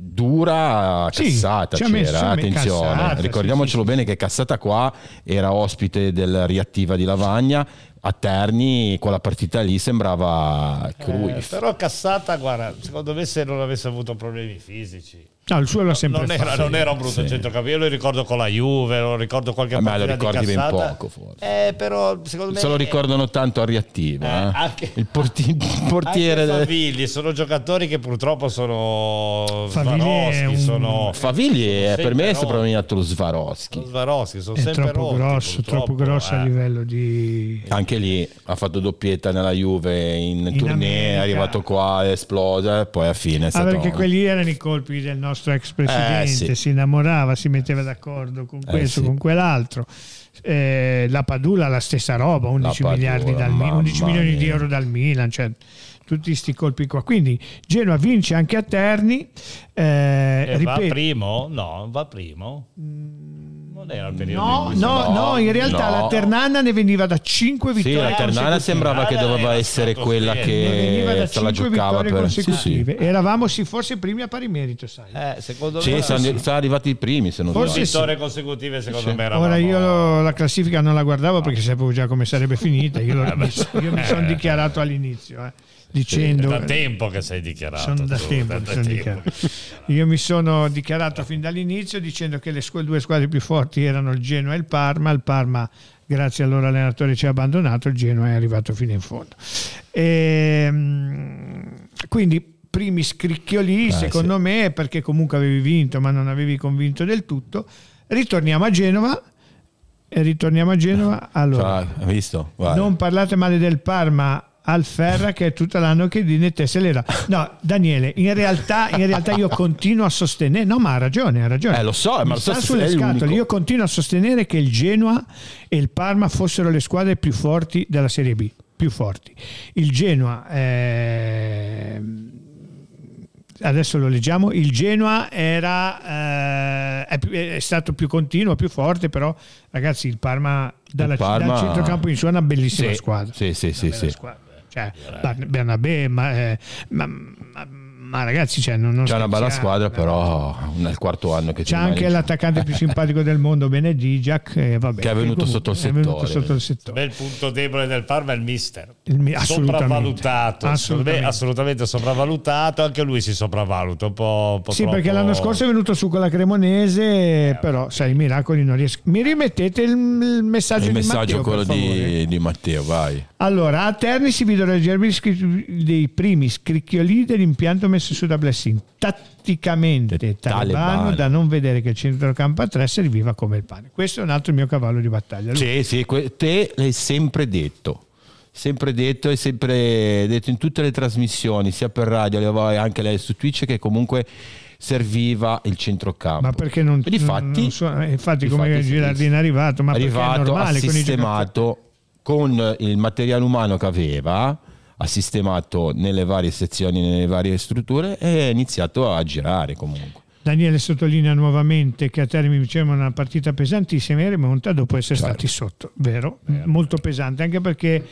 dura sì, Cassata c'era, messo, attenzione, Cassata, ricordiamocelo sì, sì. bene che Cassata qua era ospite del Riattiva di Lavagna. A Terni quella partita lì sembrava Cruyff. Eh, però Cassata, guarda, secondo me se non avesse avuto problemi fisici no, il suo l'ha sempre non, era, non era un brutto sì. centrocampista. Io lo ricordo con la Juve, lo ricordo qualche eh, partita lo ricordi di Cassata. ben poco forse. Eh, però secondo me se lo ricordano tanto a Riattiva eh, eh. Anche, il, porti- il portiere anche del... Favilli sono giocatori che purtroppo sono Swarovski un... sono Favilli è, per me è sopravveniato lo Swarovski. Lo Swarovski sono è sempre troppo rotti, grosso, troppo grosso eh. a livello di anche lì ha fatto doppietta nella Juve in, in tournée, America. È arrivato qua, è esplosa e poi alla fine è stato... ah, perché quelli erano i colpi del nostro ex presidente, eh, sì. si innamorava, si metteva d'accordo con questo, eh, sì. con quell'altro. Eh, la Padula la stessa roba, undici Padula, miliardi dal Milan, undici milioni mia. di euro dal Milan, cioè tutti sti colpi qua. Quindi Genoa vince anche a Terni. Eh, e ripeto, va primo? No, va primo. Non era il periodo no, in no, no, no, in realtà no. la Ternana ne veniva da cinque vittorie. Sì, la Ternana sembrava che doveva essere quella che se la giocava per consecutive. Sì, sì. Eravamo sì, forse primi a pari merito, sai. Eh, secondo sì, me sono sì. arrivati i primi, se non forse vittorie sì. consecutive secondo sì. me eravamo. Ora io la classifica non la guardavo perché sapevo già come sarebbe finita. Io, lo, io mi sono dichiarato all'inizio, eh. dicendo da tempo che sei dichiarato. Sono da tu, tempo, da, da da tempo. tempo. Io mi sono dichiarato fin dall'inizio dicendo che le scu- due squadre più forti erano il Genoa e il Parma. Il Parma, grazie al loro allenatore, ci ha abbandonato, il Genoa è arrivato fino in fondo. E, quindi primi scricchioli, eh, secondo sì. me, perché comunque avevi vinto ma non avevi convinto del tutto. Ritorniamo a Genova e ritorniamo a Genova. Allora, cioè, visto? Non parlate male del Parma al Ferra, che è tutto l'anno che di te se l'era. No, Daniele, in realtà, in realtà io continuo a sostenere, no, ma ha ragione, ha ragione. Eh, lo so, ma lo so, sta sulle scatole. Io continuo a sostenere che il Genoa e il Parma fossero le squadre più forti della Serie B, più forti. Il Genoa è... adesso lo leggiamo, il Genoa era eh, è, più, è stato più continuo, più forte, però ragazzi il Parma, dalla, il Parma... dal centrocampo in su è una bellissima sì, squadra, sì sì sì, sì. Squadra. Cioè, Bernabé, ma, eh, ma, ma, ma ragazzi, cioè, non, non c'è una bella squadra, però nel quarto anno che c'è anche l'attaccante più simpatico del mondo, Benedigiac, eh, vabbè, che è venuto, sotto il, settore, venuto sotto il settore. Beh, il punto debole del Parma è il mister, il, sopravvalutato, assolutamente. assolutamente sopravvalutato, anche lui si sopravvaluta un po', un po' sì, troppo... perché l'anno scorso è venuto su con la Cremonese, eh, però sai, i miracoli non riesco. Mi rimettete il, il messaggio il di messaggio Matteo, quello di, di Matteo, vai. Allora, a Terni si vedono dei primi scricchioli dell'impianto messo su da Blessing, tatticamente talebano, da non vedere che il centrocampo a tre serviva come il pane. Questo è un altro mio cavallo di battaglia. Sì, sì, te l'hai sempre detto, sempre detto e sempre detto in tutte le trasmissioni, sia per radio, anche lei su Twitch, che comunque serviva il centrocampo. Ma perché non, difatti, non so, infatti come Girardino è arrivato, ma è arrivato, è normale, ha sistemato con il materiale umano che aveva, ha sistemato nelle varie sezioni, nelle varie strutture, e ha iniziato a girare comunque. Daniele sottolinea nuovamente che a Terni diceva una partita pesantissima e rimonta dopo essere certo. stati sotto, vero? vero? Molto pesante, anche perché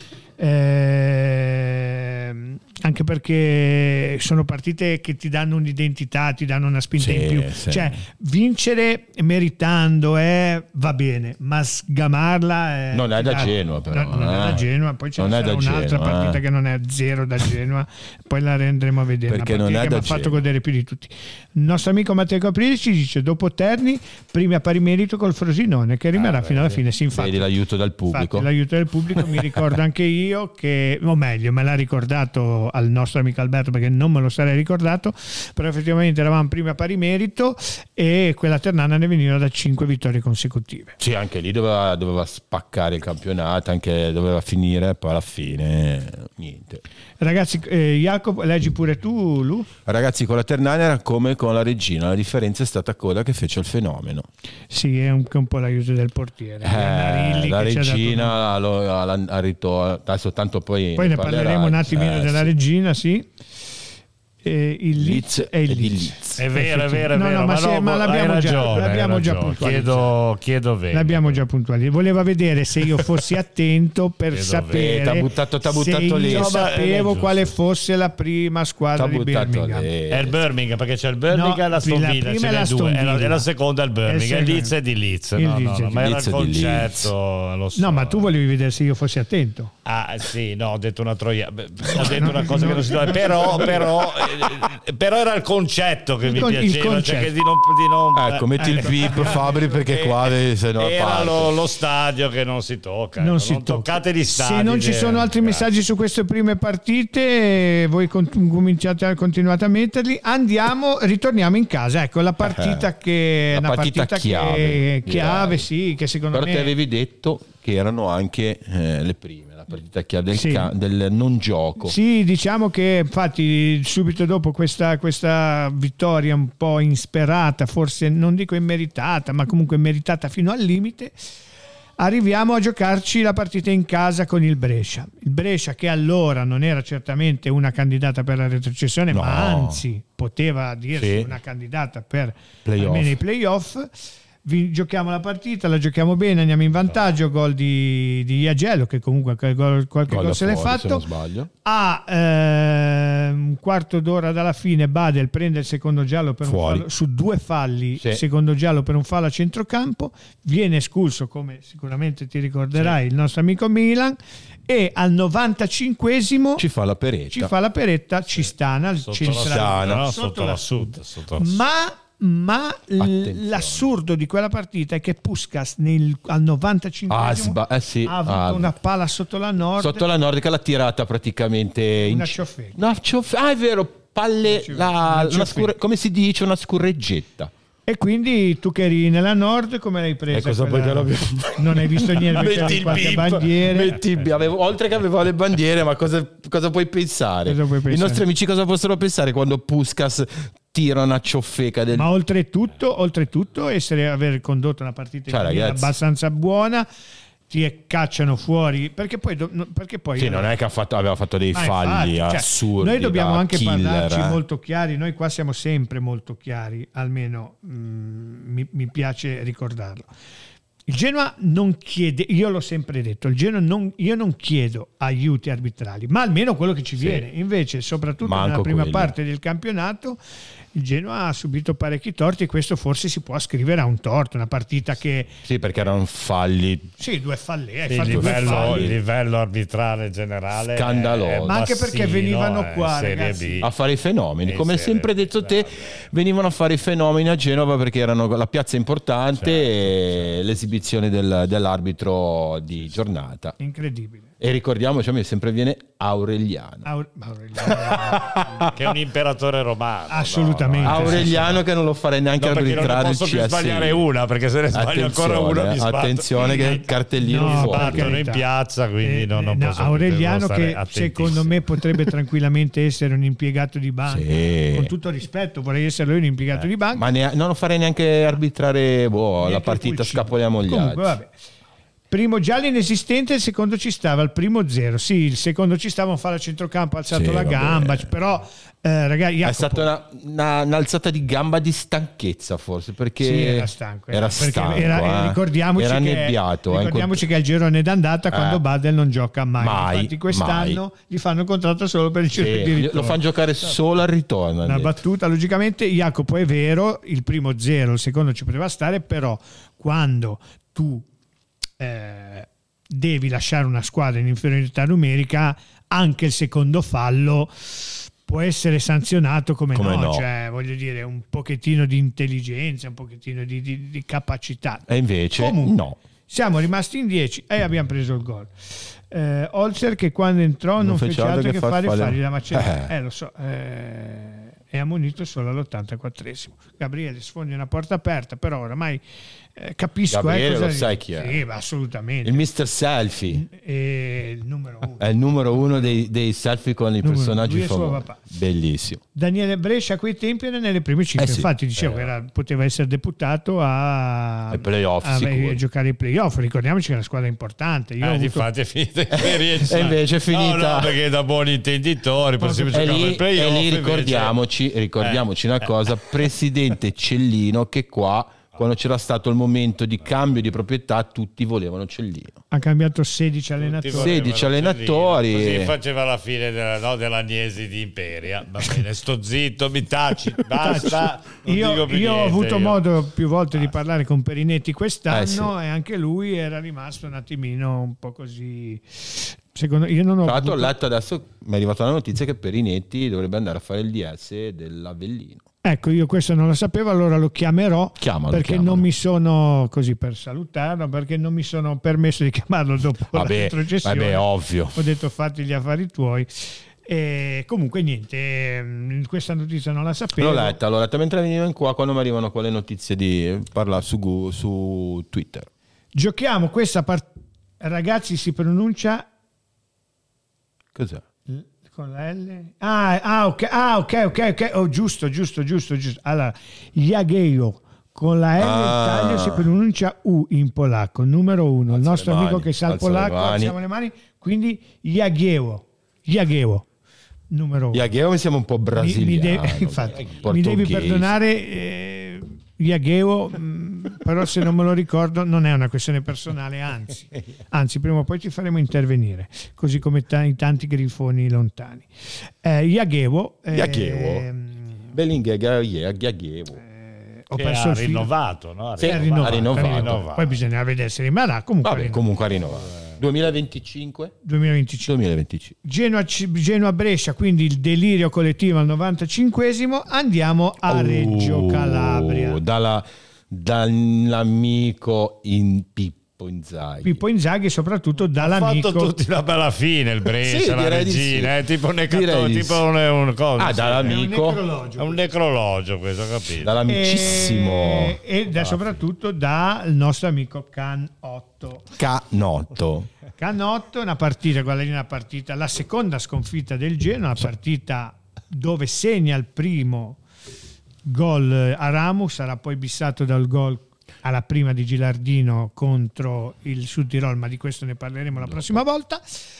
eh, anche perché sono partite che ti danno un'identità, ti danno una spinta sì, in più, sì. cioè vincere meritando eh, va bene, ma sgamarla è, non è da dà, Genoa però non, non eh. è da Genoa, poi c'è un'altra Genoa, partita eh. che non è zero da Genoa, poi la rendremo a vedere, perché una partita non è che mi ha fatto godere più di tutti. Il nostro amico Matteo Caprilli ci dice: dopo Terni primi a pari merito col Frosinone, che rimarrà ah, fino alla fine. Sì, infatti, vedi l'aiuto del pubblico, infatti, l'aiuto del pubblico mi ricordo anche io che, o meglio, me l'ha ricordato al nostro amico Alberto, perché non me lo sarei ricordato, però effettivamente eravamo primi a pari merito e quella ternana ne veniva da cinque vittorie consecutive. Sì, anche lì doveva, doveva spaccare il campionato, anche doveva finire, poi alla fine niente. Ragazzi, eh, Jacopo, leggi pure tu, Lu? Ragazzi, con la Ternana era come con la Regina, la differenza è stata Coda che fece il fenomeno. Sì, è un, un po' l'aiuto del portiere. Eh, la Regina ha ritorno, adesso tanto poi poi ne, ne parleremo un attimino eh, della sì. Regina, sì. Eh, il Leeds è il Leeds. È vero, è vero, è vero. No, no, ma, ma, sì, no, ma l'abbiamo ragione, già, l'abbiamo già puntualizzato. Chiedo, chiedo bene. L'abbiamo già puntualizzato. Voleva vedere se io fossi attento per chiedo sapere t'ha buttato, t'ha buttato se lì. io No, sapevo quale fosse la prima squadra di Birmingham. Lì. È il Birmingham, perché c'è il Birmingham no, e la Aston Villa, prima è la due. Villa. E la seconda è il Birmingham. Il Leeds è di Leeds. Il no, Leeds no, no, ma era Leeds il concetto. Lo so. No, ma tu volevi vedere se io fossi attento. Ah sì, no, ho detto una troia, ho detto una cosa che non si doveva, però, però, però era il concetto che il mi con, piaceva, cioè che di non, di non ecco, metti eh, il bip Fabri, perché qua se no era lo, lo stadio che non si tocca, non, non, si non tocca. Toccate gli stadi. Se non ci sono altri grazie. messaggi su queste prime partite, voi cominciate, continuate a metterli. Andiamo, ritorniamo in casa. Ecco la partita eh, che è una partita, partita chiave, che, chiave sì, che secondo però me. Però te avevi detto che erano anche eh, le prime, la partita chiave del, sì. ca- del non gioco. Sì, diciamo che infatti subito dopo questa, questa vittoria un po' insperata, forse non dico immeritata, ma comunque meritata fino al limite, arriviamo a giocarci la partita in casa con il Brescia. Il Brescia, che allora non era certamente una candidata per la retrocessione, no. ma anzi poteva dirsi sì. una candidata per play-off. almeno i playoff. vi, giochiamo la partita, la giochiamo bene, andiamo in vantaggio, gol di, di Iagello che comunque gol, qualche gol, gol se l'è fatto, se non sbaglio. A eh, un quarto d'ora dalla fine Badel prende il secondo giallo per un fallo, su due falli, sì. secondo giallo per un fallo a centrocampo, viene espulso, come sicuramente ti ricorderai, sì. il nostro amico Milan, e al novantacinquesimo ci fa la peretta, ci, fa la peretta, sì. ci stana, sotto ci la strana, no, sotto, sotto la sud, sotto la ma ma Attenzione. l'assurdo di quella partita è che Puskás nel, al novantacinquesimo eh sì, ha avuto ah, una palla sotto la Nord, sotto la Nord che l'ha tirata praticamente una in... ciofeca. No, ciof... ah è vero, palle la, una una scurre... come si dice, una scurreggetta. E quindi tu che eri nella Nord, come l'hai presa? E cosa poi quella... non hai visto niente perché qualche bandiere. Metti, avevo, oltre che avevo le bandiere, ma cosa, cosa puoi pensare? Cosa puoi pensare? I nostri amici cosa possono pensare quando Puskás tira una ciofeca del... Ma oltretutto, oltretutto essere, aver condotto una partita cioè, abbastanza buona, ti cacciano fuori perché poi, perché poi sì, non è che ha fatto, aveva fatto dei falli infatti, assurdi, cioè, noi dobbiamo anche killer, parlarci eh. molto chiari, noi qua siamo sempre molto chiari, almeno mh, mi, mi piace ricordarlo. Il Genoa non chiede, io l'ho sempre detto, il Genoa non, io non chiedo aiuti arbitrali, ma almeno quello che ci sì. viene. Invece, soprattutto Manco nella prima quelli. parte del campionato, il Genoa ha subito parecchi torti e questo forse si può ascrivere a un torto, una partita che... Sì, perché erano falli... Sì, due falli. Eh, sì, il livello, falli. livello arbitrale generale scandaloso. Ma anche perché venivano qua, ragazzi, a fare i fenomeni. Come hai sempre detto te, venivano a fare i fenomeni a Genova perché erano la piazza importante certo, e l'esibizione del, dell'arbitro di giornata. Incredibile. E ricordiamoci, a me sempre viene Aureliano. Aure- Aureliano. Che è un imperatore romano. Assolutamente. No, no. Aureliano che non lo farei neanche no, arbitrare. Non posso più sbagliare una, perché se ne sbaglio ancora una mi sbatto. Attenzione che il cartellino no, fuori. battono in piazza, quindi eh, non, non no, posso Aureliano che secondo me potrebbe tranquillamente essere un impiegato di banca. Sì. Con tutto rispetto, vorrei essere lui un impiegato eh, di banca. Ma ne, non lo farei neanche arbitrare boh, la partita, scapoliamo gli Comunque, altri. Vabbè. Primo giallo inesistente, il secondo ci stava, il primo zero. Sì, il secondo ci stava, un fallo a centrocampo, ha alzato sì, la vabbè. gamba, però eh, ragazzi, Jacopo, è stata una, una, un'alzata di gamba di stanchezza forse, perché sì, era stanco, era, era, stanco, era, eh. ricordiamoci, era che, nebbiato, ricordiamoci eh. che è il girone d'andata eh. quando Badel non gioca mai, mai infatti quest'anno mai. gli fanno il contratto solo per il girone sì, di ritorno, lo fanno giocare solo al ritorno, una battuta logicamente. Jacopo, è vero, il primo zero, il secondo ci poteva stare, però quando tu eh, devi lasciare una squadra in inferiorità numerica, anche il secondo fallo può essere sanzionato come, come no, no, cioè voglio dire un pochettino di intelligenza, un pochettino di, di, di capacità. E invece comunque, no. Siamo rimasti in dieci e abbiamo preso il gol. Eh, Holzer che quando entrò non, non fece altro che, che fare fare fargli la macellata. Eh. eh lo so, eh, è ammonito solo all'ottantaquattresimo. Gabriele sfondi una porta aperta, però oramai eh, capisco. Gabriele, eh, cosa lo sai chi è? Sì, ma assolutamente. Il mister Selfie. È il numero uno. È il numero uno dei, dei selfie con i numero personaggi famosi. Bellissimo. Daniele Brescia a quei tempi era nelle prime cinque, eh sì, infatti dicevo, eh. era, poteva essere deputato a, ai playoff, a, a giocare ai playoff. Ricordiamoci che è una squadra importante. Io eh, avuto... infatti è finita esperienza. E invece è finita. No, no, perché da buoni intenditori possiamo giocare ai playoff. E lì ricordiamoci, ricordiamoci eh. una cosa, presidente Cellino, che qua quando c'era stato il momento di cambio di proprietà tutti volevano Cellino. Ha cambiato sedici allenatori. sedici allenatori. Così faceva la fine della, no, dell'Agnesi di Imperia. Va bene, sto zitto, mi taci, basta. Io, io niente, ho avuto io. modo più volte ah. di parlare con Perinetti quest'anno eh sì. e anche lui era rimasto un attimino un po' così. Secondo io non ho. Tra l'altro avuto... ho letto adesso, mi è arrivata la notizia che Perinetti dovrebbe andare a fare il D S dell'Avellino. Ecco, io questo non lo sapevo, allora lo chiamerò chiamalo, perché chiamalo. non mi sono, così per salutarlo, perché non mi sono permesso di chiamarlo dopo vabbè, la retrocessione. Vabbè, ovvio. Ho detto fatti gli affari tuoi. E comunque niente, questa notizia non la sapevo. L'ho letta, l'ho letta mentre venivo in qua quando mi arrivano quelle notizie di parlare su, su Twitter. Giochiamo questa partita, ragazzi, si pronuncia... Cos'è? Con la L? Ah, ah, ok, ah, ok, ok, ok. Oh, giusto, giusto, giusto, giusto. Allora, Jagiello con la L ah. il taglio si pronuncia U in polacco, numero uno. Il alza nostro amico che sa il polacco, alziamo le mani, quindi Jagiello, Jagiello, numero uno. Jagiello mi sembra un po' brasiliano. Mi, mi, de- infatti, mi devi perdonare, eh, Jagiello, mh, però se non me lo ricordo non è una questione personale, anzi, anzi prima o poi ci faremo intervenire, così come t- i tanti grifoni lontani. Eh, Jagevo, eh, Jagevo. Bellingham, Jagevo. Ho perso ha il filo. rinnovato, no? Ha Sì, ha rinnovato, rinnovato, ha rinnovato. Poi bisogna vedere se rimarrà. Comunque, Vabbè, ha comunque ha rinnovato. duemilaventicinque duemilaventicinque duemilaventicinque Genoa, Genoa Brescia, quindi il delirio collettivo al novantacinquesimo. Andiamo a Reggio Calabria. Oh, dalla, dall'amico in Pippo Inzaghi. Pippo Inzaghi, soprattutto dall'amico. Ha fatto tutti una bella fine il Brescia, Sì, la direi di regina, sì. è tipo un necatore, Direi di tipo sì. un, un cosa. Ah, sì. dall'amico. È un necrologio. È un necrologio questo, ho capito. Dall'amicissimo E, e da, soprattutto dal nostro amico Canotto. Canotto. Canotto, una partita, quella lì è una partita, la seconda sconfitta del Genoa, una partita dove segna il primo gol a Ramu, sarà poi bissato dal gol alla prima di Gilardino contro il Sud Tirol, ma di questo ne parleremo la prossima volta.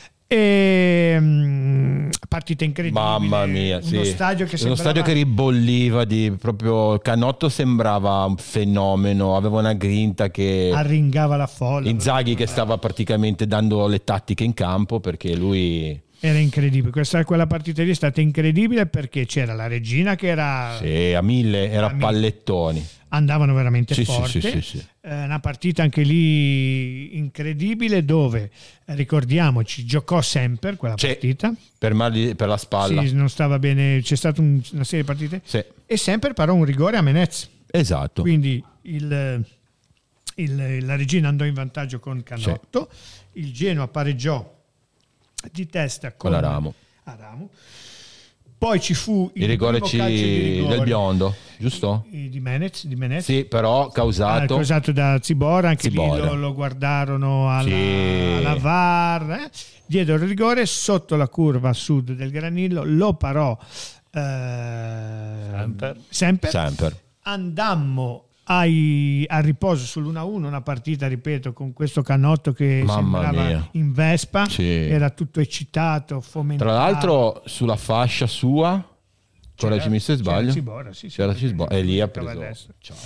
E, um, partita incredibile, Mamma mia, uno sì. stadio che uno sembrava... stadio che ribolliva di proprio. Canotto sembrava un fenomeno, aveva una grinta che arringava la folla. Inzaghi che stava praticamente dando le tattiche in campo, perché lui era incredibile. Questa, quella partita lì è stata incredibile perché c'era la regina che era sì, a mille, era a mille. pallettoni. Andavano veramente Sì, forte. sì, sì, sì, sì. Eh, una partita anche lì incredibile dove, eh, ricordiamoci, giocò sempre quella Sì, partita. Per, mal di- per la spalla. Sì, non stava bene, c'è stata un, una serie di partite. Sì, E sempre parò un rigore a Menez. esatto. Quindi il, il- la regina andò in vantaggio con Canotto. Il Genoa pareggiò di testa con, Con la Ramo. a Ramo. Poi ci fu il, Il rigore primo ci- calcio di rigore del biondo, giusto? di Menez, di Menez. Sì, però Ah, causato. causato da Zibora, anche Zibora. lì lo, lo guardarono alla, Sì. alla V A R, eh. Diedero il rigore sotto la curva a sud del Granillo, lo parò eh, Semper. Semper. Sempre. Andammo ai, al riposo sull'uno a uno, una partita, ripeto, con questo Canotto che Mamma sembrava mia. in Vespa, Sì. era tutto eccitato, fomentato. Tra l'altro sulla fascia sua, correggimi se sbaglio, c'era Zibora, sì, sì, c'era perché Zibora, e lì ha giocava preso. adesso. Ciao.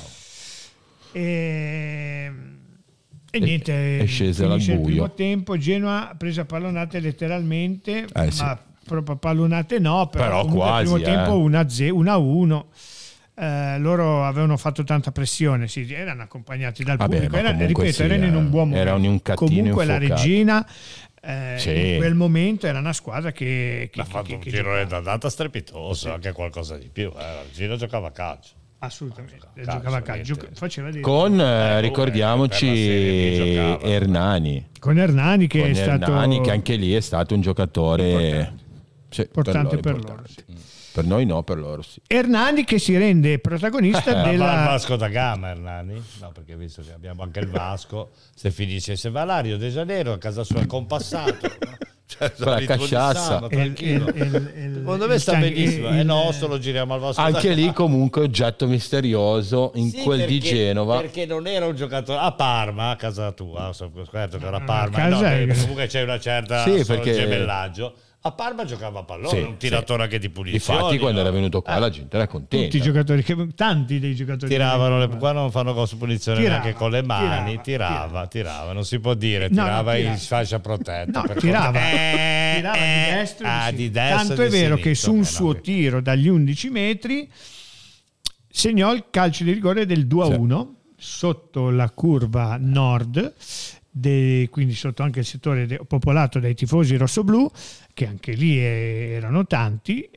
E, e E- niente, è scesa al finisce il buio. primo tempo, Genoa ha preso a pallonate letteralmente, Eh, sì. ma proprio pallonate no, però, Però comunque quasi, il primo eh. tempo uno a uno. Eh, loro avevano fatto tanta pressione, sì, erano accompagnati dal Vabbè, pubblico, ma era, comunque ripeto, sì, erano in un buon momento. era un catino comunque la infuocato. regina eh, Sì. in quel momento era una squadra che, che, Ha fatto che- un che girone giocava. d'andata strepitoso, anche qualcosa di più. Eh. Il Giro giocava a calcio. Assolutamente, Calcio, giocava a calcio, niente. gioca- faceva dei- Con, eh, Eh, ricordiamoci, per la Serie B giocava. Hernani. con Hernani che Con è stato Hernani, che anche lì è stato un giocatore sì, importante loro per importante. loro, sì. Per noi no, per loro sì. Hernani che si rende protagonista Ma va il della Vasco da Gama, Hernani? No, perché visto che abbiamo anche il Vasco, se finisce, se va a Rio de Janeiro, a casa sua è compassato. no? Cioè, Con la ritmo di casciassa. Samba, il- tranquillo. il- il- il- Secondo me il sta tang- benissimo. il- È nostro, lo giriamo al Vasco Anche da lì Gama. comunque oggetto misterioso in Sì, quel di perché- Genova. perché non era un giocatore a Parma, a casa tua, so scoperto che era a Parma, a casa no, è- che comunque c'è una certa Sì, solo perché- gemellaggio. A Parma giocava a pallone, Sì, un tiratore anche di punizioni. Infatti quando no? era venuto qua Eh, la gente era contenta. tutti i giocatori che, tanti dei giocatori tiravano le, che- qua non fanno cosa punizione Tirava, neanche con le mani, tirava, tirava, tirava, non si può dire, No, no, tirava tirava. in fascia protetta. No, per tirava, conto- Eh, tirava di eh, destra e di ah, sinistra. di destra Tanto e è di vero che sinistra, su un ok, suo no, tiro dagli undici metri segnò il calcio di rigore del due a uno sotto la curva nord, de- quindi sotto anche il settore de- popolato dai tifosi rossoblù, che anche lì eh, erano tanti.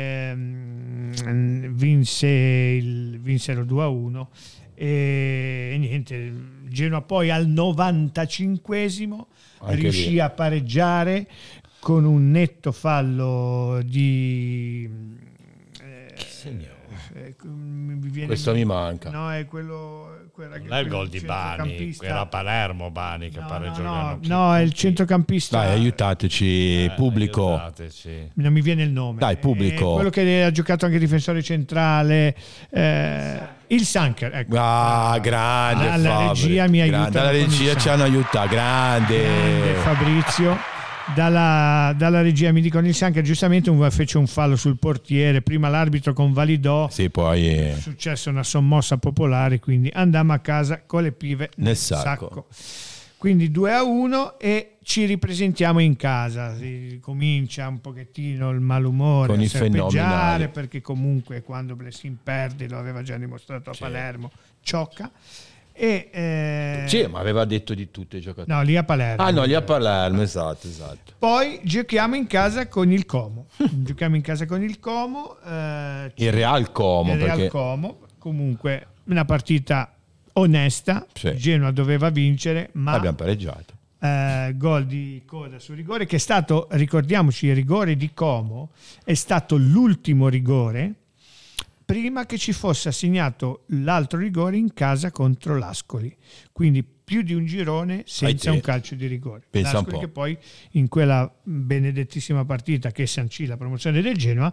ehm, vinse il, vinsero due a uno e, e niente, Genoa poi al novantacinquesimo Anche riuscì lì. a pareggiare con un netto fallo di eh, eh, mi viene- Questo mi manca. no, è quello, quel rag- non è il quel gol di Bani, centrocampista. era Palermo Bani che no, pareggiò. no, erano no, chi- no, è il chi- centrocampista. Dai, aiutateci, eh, pubblico. aiutateci. Non mi viene il nome. Dai, pubblico. È quello che ha giocato anche difensore centrale, eh, il Sanker. Ecco. Ah, grande Alla Fabri. regia mi Grande, aiuta alla con il regia sangue. ci hanno aiutato, grande. Grande Fabrizio, dalla, dalla regia mi dicono il Sanca giustamente un, fece un fallo sul portiere, prima l'arbitro convalidò, sì, poi è successa una sommossa popolare, quindi andammo a casa con le pive nel, nel sacco. sacco. Quindi due a uno e ci ripresentiamo in casa. Si comincia un pochettino il malumore con a i serpeggiare, perché comunque quando Blessing perde, lo aveva già dimostrato a sì. Palermo, ciocca. E, eh... sì, ma aveva detto di tutti i giocatori. No, lì a Palermo. Ah no, lì a Palermo, esatto, esatto. Poi giochiamo in casa con il Como. giochiamo in casa con il Como. Eh, il Real Como. Il Real perché... Como. Comunque una partita onesta, sì. Genoa doveva vincere, ma abbiamo pareggiato. Eh, gol di coda su rigore, che è stato, ricordiamoci, il rigore di Como è stato l'ultimo rigore prima che ci fosse assegnato l'altro rigore in casa contro l'Ascoli, quindi più di un girone senza un calcio di rigore. Pensa L'Ascoli un po'. che poi in quella benedettissima partita che sancì la promozione del Genoa,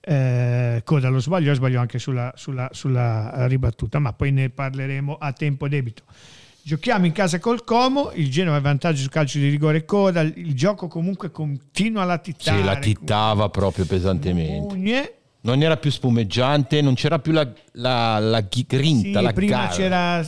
eh, Coda lo sbagliò, sbagliò anche sulla, sulla, sulla ribattuta, ma poi ne parleremo a tempo debito. Giochiamo in casa col Como, il Genoa ha vantaggio sul calcio di rigore Coda, il gioco comunque continua a latitare. Sì, latitava proprio pesantemente. Mugne. Non era più spumeggiante, non c'era più la, la, la grinta, sì, la prima gara. c'era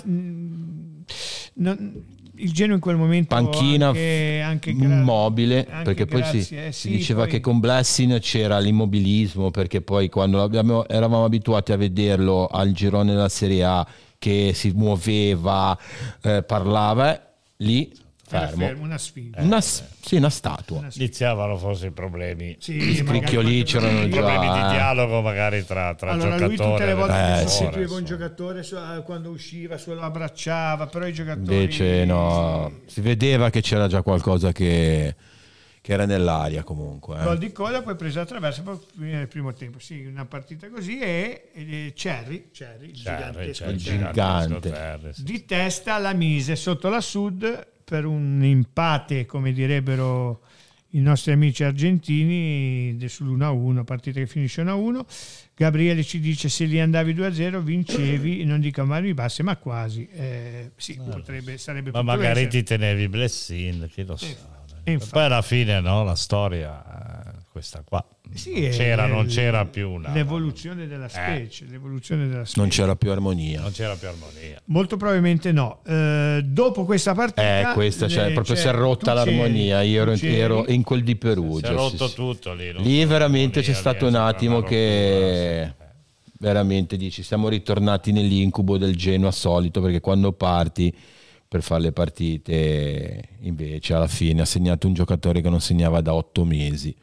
mh, non, il Genoa in quel momento panchina anche, anche immobile, gra- perché anche poi grazie, si, eh, si sì, diceva poi... che con Blessing c'era l'immobilismo, perché poi quando abbiamo, eravamo abituati a vederlo al girone della Serie A che si muoveva, eh, parlava, lì fermo. fermo una sfida, una, sì, una statua. Una sfida. Iniziavano forse i problemi, sì, gli scricchioli c'erano già, problemi di dialogo magari tra, tra allora, giocatori. Lui tutte le volte eh, che sostituiva sì. un giocatore quando usciva lo abbracciava, però i giocatori invece no, si vedeva che c'era già qualcosa che, che era nell'aria comunque. Eh. Gol di coda, poi presa attraverso per finire il primo tempo. Sì, una partita così e, e Cerri, Cerri, il Cerri, gigantesco Cerri, gigante. Terre, sì. Di testa la mise sotto la Sud per un empate, come direbbero i nostri amici argentini, sull'uno a uno, partita che finisce uno a uno. Gabriele ci dice: se li andavi due a zero vincevi, non dico a mani basse, ma quasi. Eh, sì, no, potrebbe, sarebbe ma magari essere. Ti tenevi Blessing, chi lo sa. Eh, poi alla fine, no, la storia eh, questa qua. Sì, c'era, è, non c'era più una l'evoluzione della specie, eh. l'evoluzione della specie. Non c'era più armonia. Non c'era più armonia. Molto probabilmente no. Eh, dopo questa partita, eh, questa, cioè, proprio si è rotta l'armonia. Io ero, ero in quel di Perugia. Si è rotto sì, tutto lì. Lì veramente c'è stato un attimo che sì. veramente dici siamo ritornati nell'incubo del Genoa solito, perché quando parti per fare le partite invece alla fine ha segnato un giocatore che non segnava da otto mesi.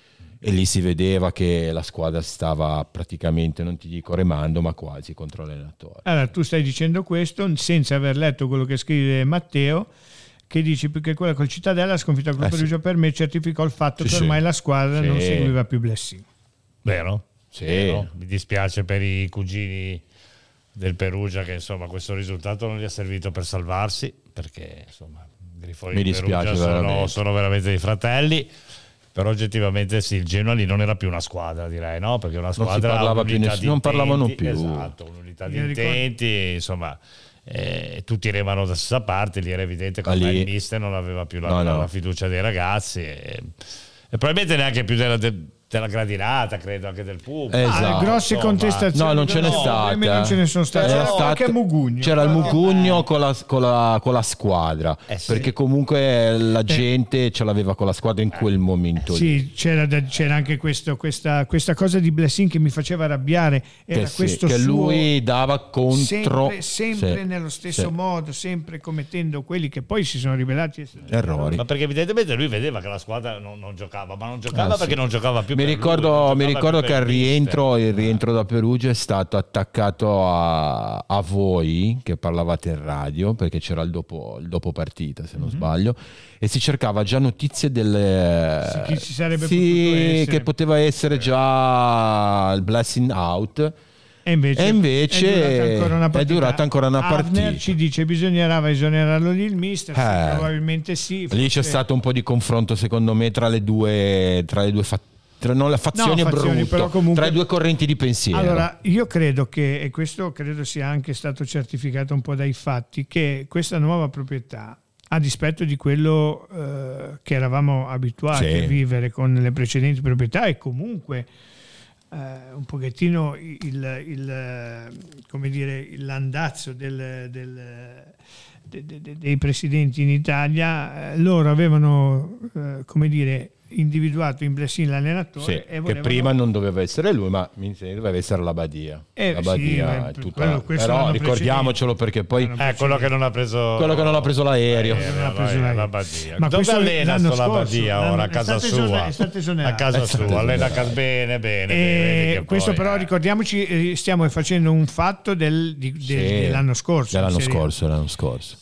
E lì si vedeva che la squadra stava praticamente, non ti dico remando, ma quasi contro l'allenatore. Allora, tu stai dicendo questo senza aver letto quello che scrive Matteo, che dice più che quella col Cittadella, la sconfitta col eh Perugia sì. per me certificò il fatto sì, che ormai sì. la squadra sì. non seguiva più Blessing. Vero? Sì. Vero. Mi dispiace per i cugini del Perugia che insomma questo risultato non gli ha servito per salvarsi, perché insomma i grifoni Mi di Perugia sono veramente. sono veramente dei fratelli. Però oggettivamente sì, il Genoa lì non era più una squadra, direi, no? Perché una squadra non, si parlava più nessuno, non parlavano più. Esatto, un'unità di intenti, insomma, eh, tutti remano da stessa parte, lì era evidente che il mister non aveva più la, no, no. la fiducia dei ragazzi e, e probabilmente neanche più della, de, della gradinata, credo, anche del pubblico. Esatto. Ah, grosse no, contestazioni. No, non ce n'è stata. Non ce ne sono state. C'era, c'era stato, anche Mugugno. C'era il Mugugno con la, con la, con la squadra, eh sì. perché comunque la gente eh. ce l'aveva con la squadra in quel momento. Sì, c'era, c'era anche questo, questa, questa cosa di Blessing che mi faceva arrabbiare. Era che questo sì, che suo, lui dava contro. Sempre, sempre sì. nello stesso sì. modo, sempre commettendo quelli che poi si sono rivelati essere errori. Ma perché evidentemente lui vedeva che la squadra non, non giocava, ma non giocava ah, perché sì. non giocava più. Mi per ricordo. Lui, Mi ricordo che al rientro, il rientro da Perugia è stato attaccato a, a voi che parlavate in radio, perché c'era il dopo, il dopo partita se non mm-hmm. sbaglio, e si cercava già notizie delle sì, chi si sarebbe sì, potuto essere. che poteva essere già il Blessing out. E invece, e invece è, durata è durata ancora una partita. Abner ci dice bisognerà esonerarlo lì il mister, eh, sì, probabilmente sì. Lì c'è stato un po' di confronto secondo me tra le due, tra le due fazioni. Tra, non la fazione, no, fazioni brutto, però comunque, tra i due correnti di pensiero. Allora, io credo che, e questo credo sia anche stato certificato un po' dai fatti, che questa nuova proprietà a dispetto di quello eh, che eravamo abituati sì. a vivere con le precedenti proprietà, e comunque eh, un pochettino il, il come dire l'andazzo del, del, de, de, de, dei presidenti in Italia. Eh, loro avevano eh, come dire individuato in Blessing l'allenatore, sì, e volevano... che prima non doveva essere lui, ma mi doveva essere la Badia. Eh, la Badia sì, è tutta... quello, però ricordiamocelo, perché poi è quello che non ha preso quello che non ha preso l'aereo, eh, non ha preso l'aereo. La Badia. Ma dove allena sto la Badia ora? A casa sua, a casa sua allena a casa bene bene, e bene questo poi, però eh. ricordiamoci, stiamo facendo un fatto del, di, del, sì, dell'anno scorso dell'anno scorso, l'anno scorso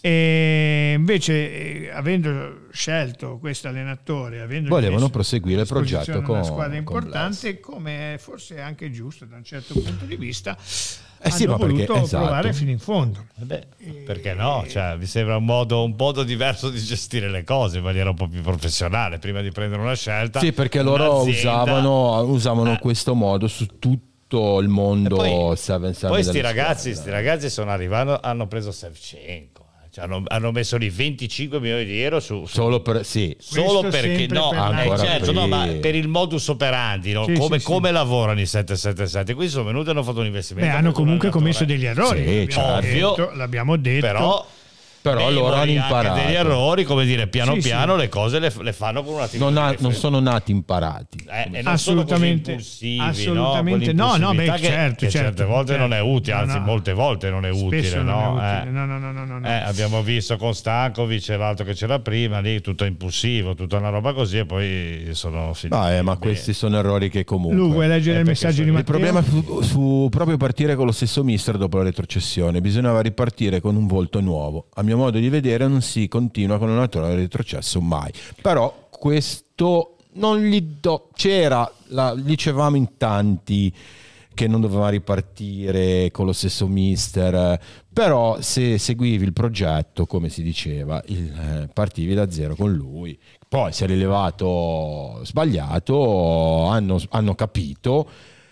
e invece avendo scelto questo allenatore, avendo volevano proseguire il progetto con una squadra importante, con come forse è anche giusto da un certo punto di vista, eh sì, hanno ma voluto perché, esatto. provare fino in fondo. Beh, perché no? Cioè, mi sembra un modo, un modo diverso di gestire le cose in maniera un po' più professionale prima di prendere una scelta. Sì, perché loro usavano, usavano eh. questo modo su tutto il mondo. Poi, seven, seven poi sti ragazzi, sti ragazzi sono arrivati, hanno preso Shevchenko. Hanno, hanno messo lì venticinque milioni di euro su, su solo per sì solo perché no, per eh, certo, no, ma per il modus operandi, no? Sì, come, sì, come sì. lavorano i sette sette sette, quindi sono venuti e hanno fatto un investimento. Beh, hanno comunque commesso degli errori, sì, l'abbiamo, ovvio, detto, l'abbiamo detto, però però loro hanno imparato degli errori, come dire, piano sì, piano sì. le cose le, le fanno con un attimo non, ha, non sono nati imparati eh, e non assolutamente sono impulsivi, assolutamente no, no, no beh, che, certo, che certo, certe volte certo. non è utile, No, anzi no. molte volte non è utile, Spesso no? non è utile. Eh. No, no, no, no, no, no. Eh, abbiamo visto con Stankovic e l'altro che c'era prima lì, tutto impulsivo, tutta una roba così, e poi sono finiti. no, eh, ma bene. Questi sono errori che comunque Lu, vuoi leggere eh, il messaggio di il Matteo? problema fu, fu proprio partire con lo stesso mister dopo la retrocessione. Bisognava ripartire con un volto nuovo. A mio modo di vedere non si continua con un altro retrocesso mai, però questo non gli do, c'era la, dicevamo in tanti che non doveva ripartire con lo stesso mister, però se seguivi il progetto come si diceva il, eh, partivi da zero con lui, poi si è rilevato sbagliato, hanno, hanno capito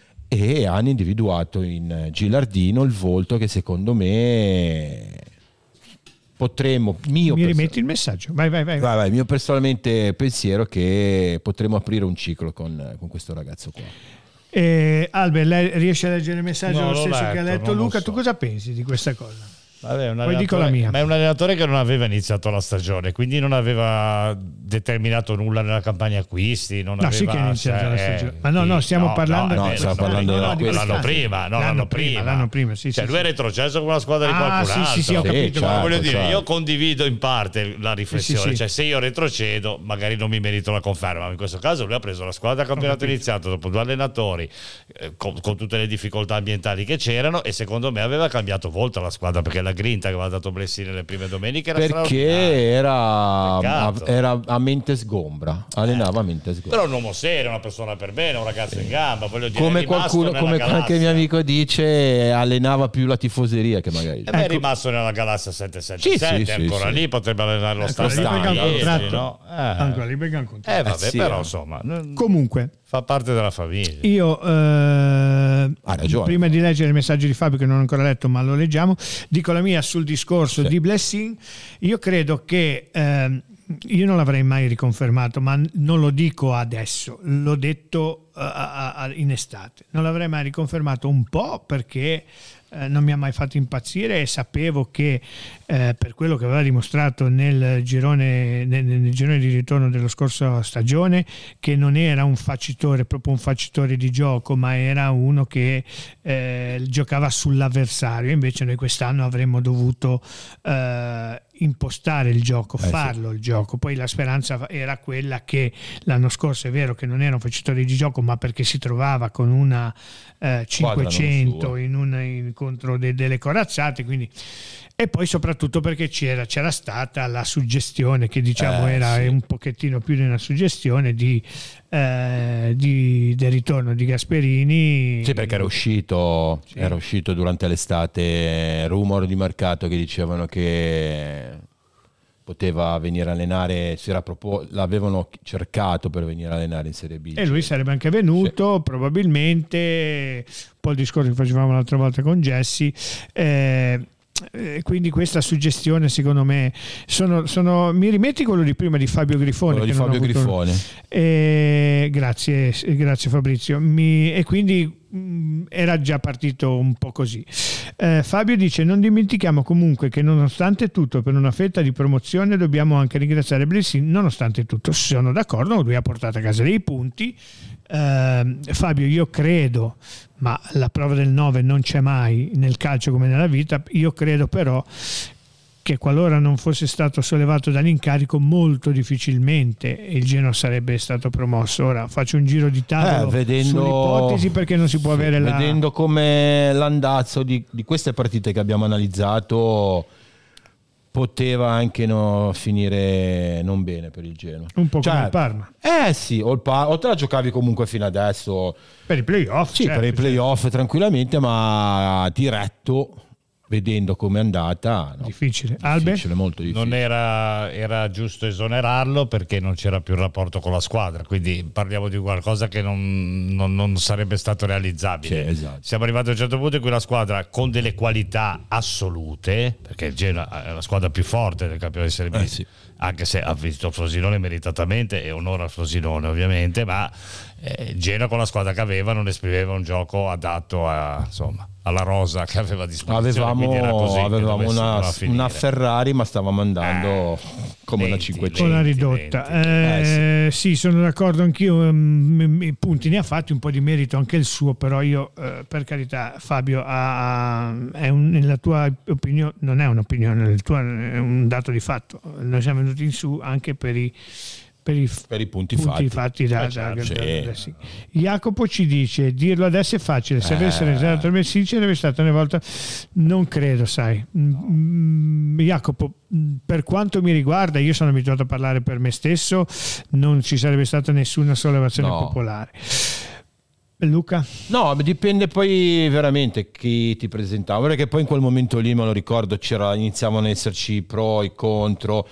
e hanno individuato in Gilardino il volto che secondo me potremmo mio mi rimetti perso- il messaggio, vai vai vai, vai, vai mio personalmente pensiero che potremmo aprire un ciclo con, con questo ragazzo qua. eh, Albert, lei riesce a leggere il messaggio No, lo l'ho stesso letto, che ha letto non lo Luca? so. Tu cosa pensi di questa cosa? Vabbè, un Poi dico la mia. Ma è un allenatore che non aveva iniziato la stagione, quindi non aveva determinato nulla nella campagna acquisti. Non No, aveva, sì che è iniziata cioè, la stagione. Ma no, no, stiamo no, parlando no, no, di stiamo quest'anno. parlando No, no, no, di l'anno quest'anno. prima, no, l'anno, l'anno prima, prima. l'anno prima, sì, cioè sì, lui sì. è retrocesso con la squadra di Ah, qualcun sì, altro. sì, sì, ho Sì, capito. certo, Voglio dire, certo. io condivido in parte la riflessione, Sì, sì, sì. cioè se io retrocedo magari non mi merito la conferma, ma in questo caso lui ha preso la squadra a campionato iniziato dopo due allenatori eh, con, con tutte le difficoltà ambientali che c'erano, e secondo me aveva cambiato volto la squadra, perché la grinta che aveva dato Blessing nelle prime domeniche era Perché era a, Peccato. era a mente sgombra, allenava a mente sgombra. però un uomo serio, una persona per bene, un ragazzo in gamba, voglio dire, Come è rimasto qualcuno, nella come galassia. qualche mio amico dice, allenava più la tifoseria che magari. E beh, è Ecco. rimasto nella galassia sette sette Sì, sette, sì, sì, ancora sì. lì potrebbe allenare lo Ancora stadio lì perché ha un dieci, contratto. no? Eh. Ancora lì perché ha un contratto. Eh vabbè, Eh sì, però eh. insomma n- Comunque fa parte della famiglia. io eh, ragione. prima di leggere il messaggio di Fabio, che non ho ancora letto ma lo leggiamo, dico la mia sul discorso Sì. di Blessing. Io credo che ehm, io non l'avrei mai riconfermato, ma non lo dico adesso, l'ho detto uh, a, a, in estate, non l'avrei mai riconfermato, un po' perché eh, non mi ha mai fatto impazzire e sapevo che eh, per quello che aveva dimostrato nel girone, nel, nel girone di ritorno dello scorso stagione, che non era un facitore, proprio un facitore di gioco, ma era uno che eh, giocava sull'avversario. Invece noi quest'anno avremmo dovuto eh, impostare il gioco, Eh, farlo il gioco. Poi la speranza era quella che l'anno scorso è vero che non era un facitore di gioco, ma perché si trovava con una eh, cinquecento non in un incontro de, delle corazzate, quindi. E poi soprattutto perché c'era, c'era stata la suggestione, che diciamo Eh, era sì. un pochettino più di una suggestione di, eh, di, del ritorno di Gasperini. Sì, perché era uscito, Sì. era uscito durante l'estate rumor di mercato che dicevano che poteva venire a allenare, si era propo- l'avevano cercato per venire a allenare in Serie B. E lui sarebbe anche venuto, probabilmente, un po' il discorso che facevamo l'altra volta con Jesse. Eh, Eh, quindi questa suggestione secondo me sono, sono mi rimetti quello di prima di Fabio Grifone, quello di Fabio avuto, Grifone. Eh, grazie grazie Fabrizio mi, e quindi mh, era già partito un po' così. eh, Fabio dice: non dimentichiamo comunque che nonostante tutto per una fetta di promozione dobbiamo anche ringraziare Blessing. Nonostante tutto sono d'accordo, lui ha portato a casa dei punti. eh, Fabio, io credo, ma la prova del nove non c'è mai nel calcio come nella vita, io credo però che qualora non fosse stato sollevato dall'incarico molto difficilmente il Genoa sarebbe stato promosso. Ora faccio un giro di tavolo eh, vedendo, sull'ipotesi, perché non si può sì, avere la... vedendo come l'andazzo di, di queste partite che abbiamo analizzato, poteva anche no, finire non bene per il Genoa. Un po' cioè, come il Parma. Eh sì, o, il Par- o te la giocavi comunque fino adesso. Per i playoff. Sì, certo, per i playoff certo. tranquillamente, ma diretto, vedendo com'è andata, no, difficile. Albe? Difficile, molto difficile. Non era, era giusto esonerarlo perché non c'era più rapporto con la squadra, quindi parliamo di qualcosa che non, non, non sarebbe stato realizzabile. Sì, esatto. Siamo arrivati a un certo punto in cui la squadra con delle qualità assolute, perché il Genoa è la squadra più forte del campionato di Serie B, eh, sì. anche se ha vinto Frosinone meritatamente, e onore al Frosinone ovviamente, ma eh, Genoa con la squadra che aveva non esprimeva un gioco adatto a, insomma, alla rosa che aveva a disposizione. Avevamo, avevamo una, una Ferrari, ma stavamo andando eh, come venti, una cinquecento. Con la ridotta. venti, eh, eh, sì. sì, sono d'accordo anch'io. Um, punti ne ha fatti, un po' di merito anche il suo, però io, eh, per carità, Fabio, ha, è un, nella tua opinione, non è un'opinione, il tuo è un dato di fatto. Noi siamo venuti in su anche per i Per i, per i punti, punti fatti, fatti da, eh, da, certo, da, sì. da, sì. Jacopo ci dice: dirlo adesso è facile, se avesse eh. realizzato il Messi sarebbe stata una volta. Non credo, sai. No. Jacopo, per quanto mi riguarda, io sono abituato a parlare per me stesso, non ci sarebbe stata nessuna sollevazione no. popolare. Luca? No, dipende poi veramente chi ti presentava, perché poi in quel momento lì, me lo ricordo, c'era, iniziavano ad esserci pro e contro.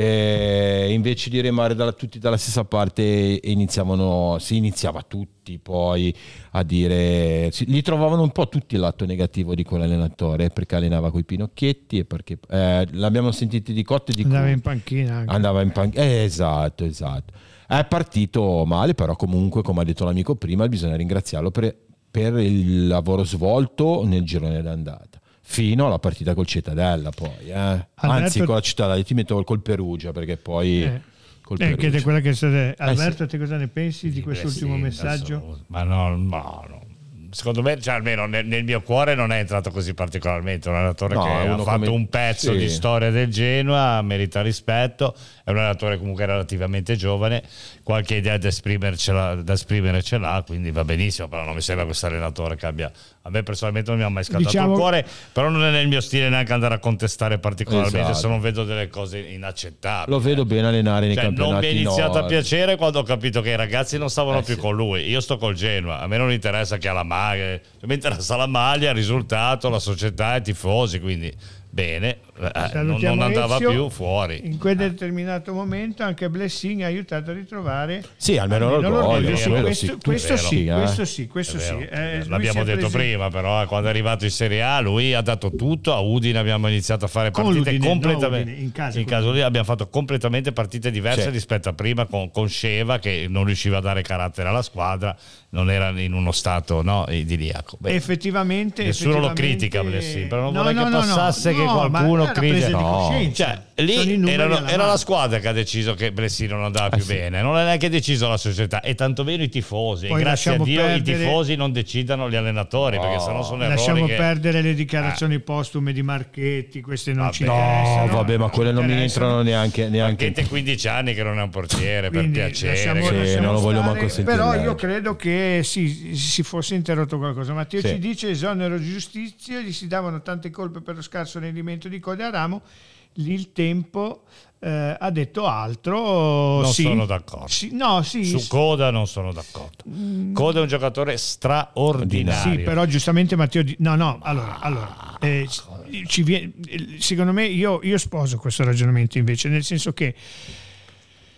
E invece di remare dalla, tutti dalla stessa parte, iniziavano, si iniziava tutti poi a dire, si, li trovavano un po' tutti il lato negativo di quell'allenatore, perché allenava coi pinocchietti e perché eh, l'abbiamo sentito di cotte e di andava cu- in panchina anche. andava in panchina eh, esatto esatto è partito male, però comunque, come ha detto l'amico prima, bisogna ringraziarlo per, per il lavoro svolto nel girone d'andata fino alla partita col Cittadella, poi eh. Alberto... anzi con la Cittadella ti metto col Perugia, perché poi eh. col eh, Perugia. Che è quella che state... Alberto, eh, sì. te cosa ne pensi di quest'ultimo sì, messaggio? Ma no, no, no. Secondo me, cioè, almeno nel, nel mio cuore non è entrato così particolarmente. Un allenatore no, che ha fatto come... un pezzo sì. di storia del Genoa, merita rispetto, è un allenatore comunque relativamente giovane, qualche idea da esprimere ce l'ha, da esprimere ce l'ha, quindi va benissimo, però non mi sembra questo allenatore che abbia, a me personalmente non mi ha mai scaldato diciamo... il cuore, però non è nel mio stile neanche andare a contestare particolarmente, esatto. se non vedo delle cose inaccettabili. Lo vedo bene allenare nei cioè, campionati. Non mi è iniziato no. a piacere quando ho capito che i ragazzi non stavano eh, più sì. con lui. Io sto col Genoa, a me non interessa che ha la maglia, mi interessa la maglia, il risultato, la società e i tifosi, quindi bene, eh, non, non andava Ezio. più fuori. In quel determinato momento anche Blessing ha aiutato a ritrovare sì, almeno, almeno l'orgoglio. Sì, questo, sì, questo, sì, eh. questo sì, questo sì. Eh, L'abbiamo detto prima, però quando è arrivato in Serie A lui ha dato tutto. A Udine abbiamo iniziato a fare partite Udine, completamente no, Udine, in casa, in caso lì abbiamo fatto completamente partite diverse sì. rispetto a prima con, con Sceva, che non riusciva a dare carattere alla squadra, non era in uno stato no, idiliaco. Beh, effettivamente nessuno effettivamente... lo critica Blessing, però non no, vorrei no, che no, passasse no, che no, qualcuno critica no. Cioè, lì erano, era la squadra che ha deciso che Blessing non andava più eh sì. bene, non è neanche deciso la società e tanto meno i tifosi. Poi e grazie a Dio perdere... i tifosi non decidano gli allenatori, no. perché sennò sono errori. Lasciamo che... perdere le dichiarazioni eh. postume di Marchetti, queste non vabbè. ci interessano. No, vabbè, ma quelle non mi entrano neanche. neanche... Marchetti quindici anni che non è un portiere, quindi, per piacere. Lasciamo, che... lasciamo sì, non lo voglio manco sentire. Però io credo che sì, si fosse interrotto qualcosa. Matteo sì. ci dice: esonero di giustizia, gli si davano tante colpe per lo scarso rendimento di Code Aramo. Lì il tempo eh, ha detto altro. Non sì. sono d'accordo. Sì, no, sì. Su Coda non sono d'accordo. Coda è un giocatore straordinario. Sì, però giustamente Matteo di... no, no, allora, allora eh, ci viene... secondo me io, io sposo questo ragionamento invece, nel senso che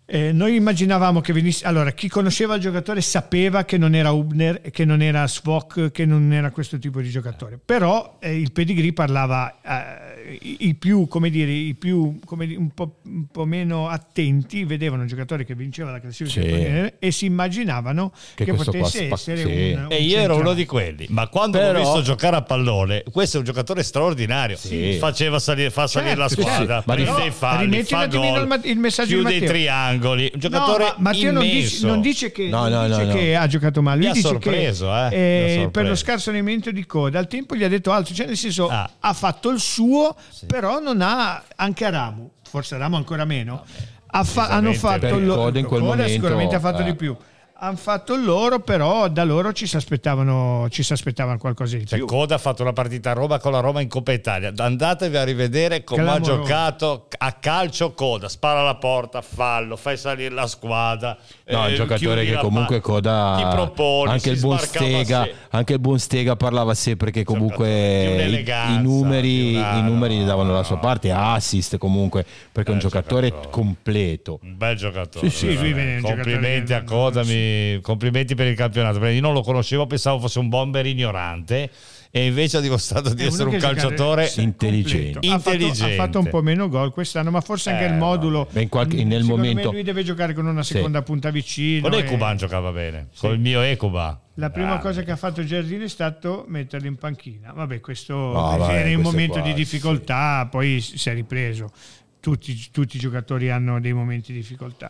Eh, noi immaginavamo che venisse. Allora, chi conosceva il giocatore sapeva che non era Hubner, che non era Svok, che non era questo tipo di giocatore. Però eh, il pedigree parlava eh, i, i più, come dire, i più come dire, un, po', un po' meno attenti vedevano un giocatore che vinceva la classifica sì. e si immaginavano che, che potesse qua, essere sì. un, un e io ero uno di quelli. Ma quando Però... l'ho visto giocare a pallone, questo è un giocatore straordinario. Sì. Faceva salire, fa salire certo, la squadra, sì, sì. prende i falli, fa gol, il messaggio chiude di i triangoli. Un giocatore no, ma Matteo immenso. Non dice, non dice, che, no, non no, dice no, che no. ha giocato male. Lui Mi dice ha sorpreso, che eh. eh, per lo scarso rendimento di coda al tempo gli ha detto altro, cioè nel senso ah. ha fatto il suo, sì. però non ha anche a Ramu, forse a Ramu ancora meno. Ha fa, hanno fatto per il coda in quel coda momento sicuramente ha fatto eh. di più. Hanno fatto il loro, però da loro ci si aspettavano, ci si aspettavano qualcosa di cioè, più. Coda ha fatto la partita a Roma con la Roma in Coppa Italia. Andatevi a rivedere come ha giocato a calcio. Coda spara alla porta, fallo, fai salire la squadra. No, è eh, un giocatore che comunque Coda ti propone, anche il buon Stega, anche il buon Stega parlava sempre che comunque i, i numeri i numeri davano la sua parte, assist comunque, perché è un giocatore, giocatore completo. Un bel giocatore. Sì, sì, lui viene complimenti a Coda, mi complimenti per il campionato, perché io non lo conoscevo, pensavo fosse un bomber ignorante e invece ha dimostrato di essere un calciatore intelligente. intelligente. Ha fatto, ha fatto un po' meno gol quest'anno, ma forse anche eh, il modulo in qualche, nel momento me lui deve giocare con una seconda sì. punta vicino. Con Ekuban e... giocava bene, sì. con il mio Ekuban. La prima ah, cosa che ha fatto Giardino è stato metterlo in panchina. Vabbè, questo no, vabbè, era in un momento qua, di difficoltà, sì. poi si è ripreso. Tutti, tutti i giocatori hanno dei momenti di difficoltà.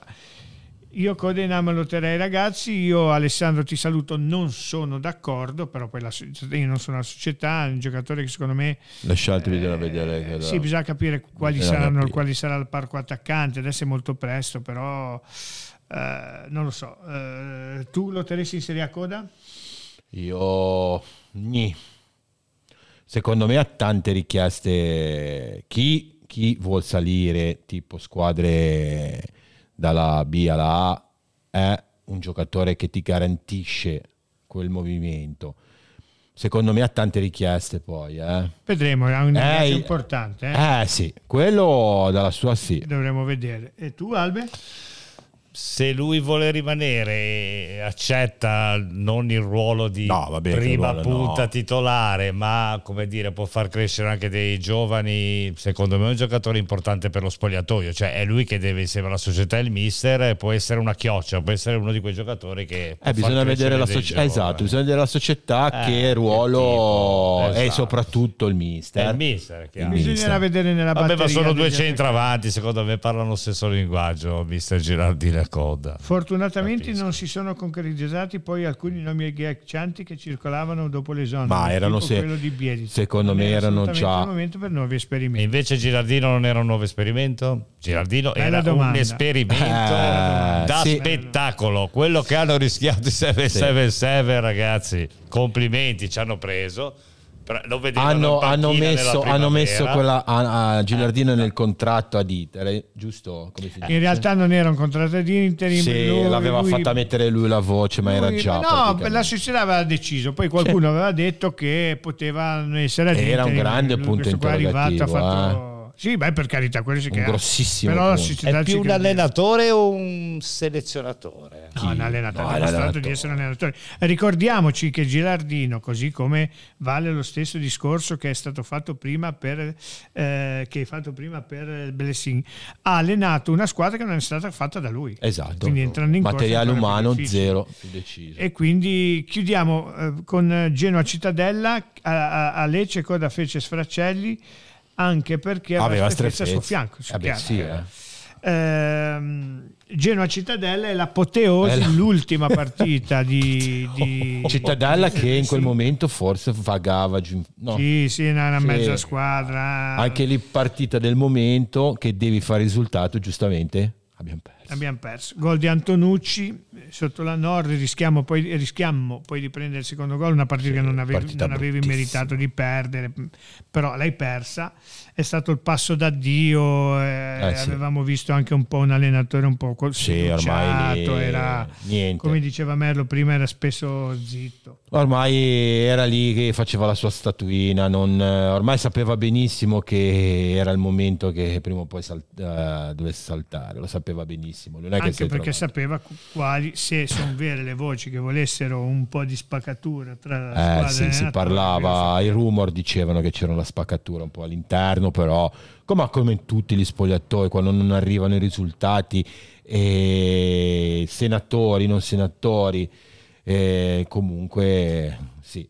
Io Codenam lo terrei, ragazzi. Io Alessandro ti saluto, non sono d'accordo, però poi la, io non sono la società, è un giocatore che secondo me lasciatevi eh, vedere che sì, bisogna capire quali saranno capire. quali sarà il parco attaccante. Adesso è molto presto, però eh, non lo so. Eh, tu lo terresti in Serie A Coda? Io nì. Secondo me ha tante richieste. Chi, chi vuol salire tipo squadre dalla B alla A è un giocatore che ti garantisce quel movimento. Secondo me ha tante richieste poi. Eh. Vedremo, è un eh, importante. Eh? eh sì, quello dalla sua sì. Dovremo vedere. E tu Albe? Se lui vuole rimanere, accetta non il ruolo di no, vabbè, prima ruolo, punta no. titolare, ma come dire, può far crescere anche dei giovani. Secondo me è un giocatore importante per lo spogliatoio, cioè è lui che deve, insieme alla società e il mister, può essere una chioccia, può essere uno di quei giocatori che eh, bisogna vedere la società, esatto, bisogna vedere la società eh, che ruolo che tipo, esatto. e soprattutto il mister. È il mister, il bisognerà vedere nella batteria. Vabbè, ma sono due centravanti, secondo me parlano lo stesso linguaggio, mister Girardino. Coda. Fortunatamente Capisco. non si sono concretizzati poi alcuni nomi agghiaccianti che circolavano dopo l'esonero, ma erano se, quello di Bielitz. secondo non me erano già il momento per nuovi esperimenti. E invece Girardino non era un nuovo esperimento? Girardino Bella era domanda. un esperimento eh, da sì. spettacolo, quello che hanno rischiato i sette sette sette, ragazzi, complimenti, ci hanno preso. Lo hanno, hanno messo, hanno messo quella a, a Gilardino nel contratto ad Inter, giusto? Come si dice? In realtà non era un contratto ad Inter, sì, lui, l'aveva lui, fatta mettere lui la voce, ma lui, era già no, la società aveva deciso, poi qualcuno sì. aveva detto che potevano essere ad Inter. Era un grande lui, punto interrogativo, ha fatto, eh. Sì, beh, per carità, quello sì che un grossissimo però la è più un allenatore o un selezionatore? No, un allenatore, no, ha dimostrato di essere un allenatore. Ricordiamoci che Gilardino, così come vale lo stesso discorso che è stato fatto prima per eh, che è fatto prima per Blessing, ha allenato una squadra che non è stata fatta da lui. Esatto. Quindi entrando in materiale umano zero, più deciso. E quindi chiudiamo eh, con Genoa Cittadella, a, a, a Lecce Coda fece Sfracelli, anche perché aveva Strefezza al suo fianco. Vabbè, sì, eh. ehm, Genoa Cittadella è l'apoteosi, è la... l'ultima partita di, di Cittadella che in quel momento forse vagava giù. No. Sì, sì, una, una sì. mezza squadra. Anche lì partita del momento che devi fare risultato, giustamente abbiamo perso. Abbiamo perso. Gol di Antonucci sotto la Nord, rischiamo poi, rischiamo poi di prendere il secondo gol, una partita sì, che non avevi, non avevi meritato di perdere, però l'hai persa. È stato il passo d'addio, eh, eh, sì. avevamo visto anche un po' un allenatore un po' col sì, ormai lì, era niente. Come diceva Merlo prima, era spesso zitto. Ormai era lì che faceva la sua statuina, non, ormai sapeva benissimo che era il momento che prima o poi sal, uh, dovesse saltare, lo sapeva benissimo. benissimo. Non è Anche che perché trovato. sapeva quali, se sono vere le voci che volessero un po' di spaccatura tra la Eh, squadra sì, e si parlava, i rumor dicevano che c'era una spaccatura un po' all'interno, però come, come in tutti gli spogliatoi, quando non arrivano i risultati, eh, senatori, non senatori, eh, comunque sì.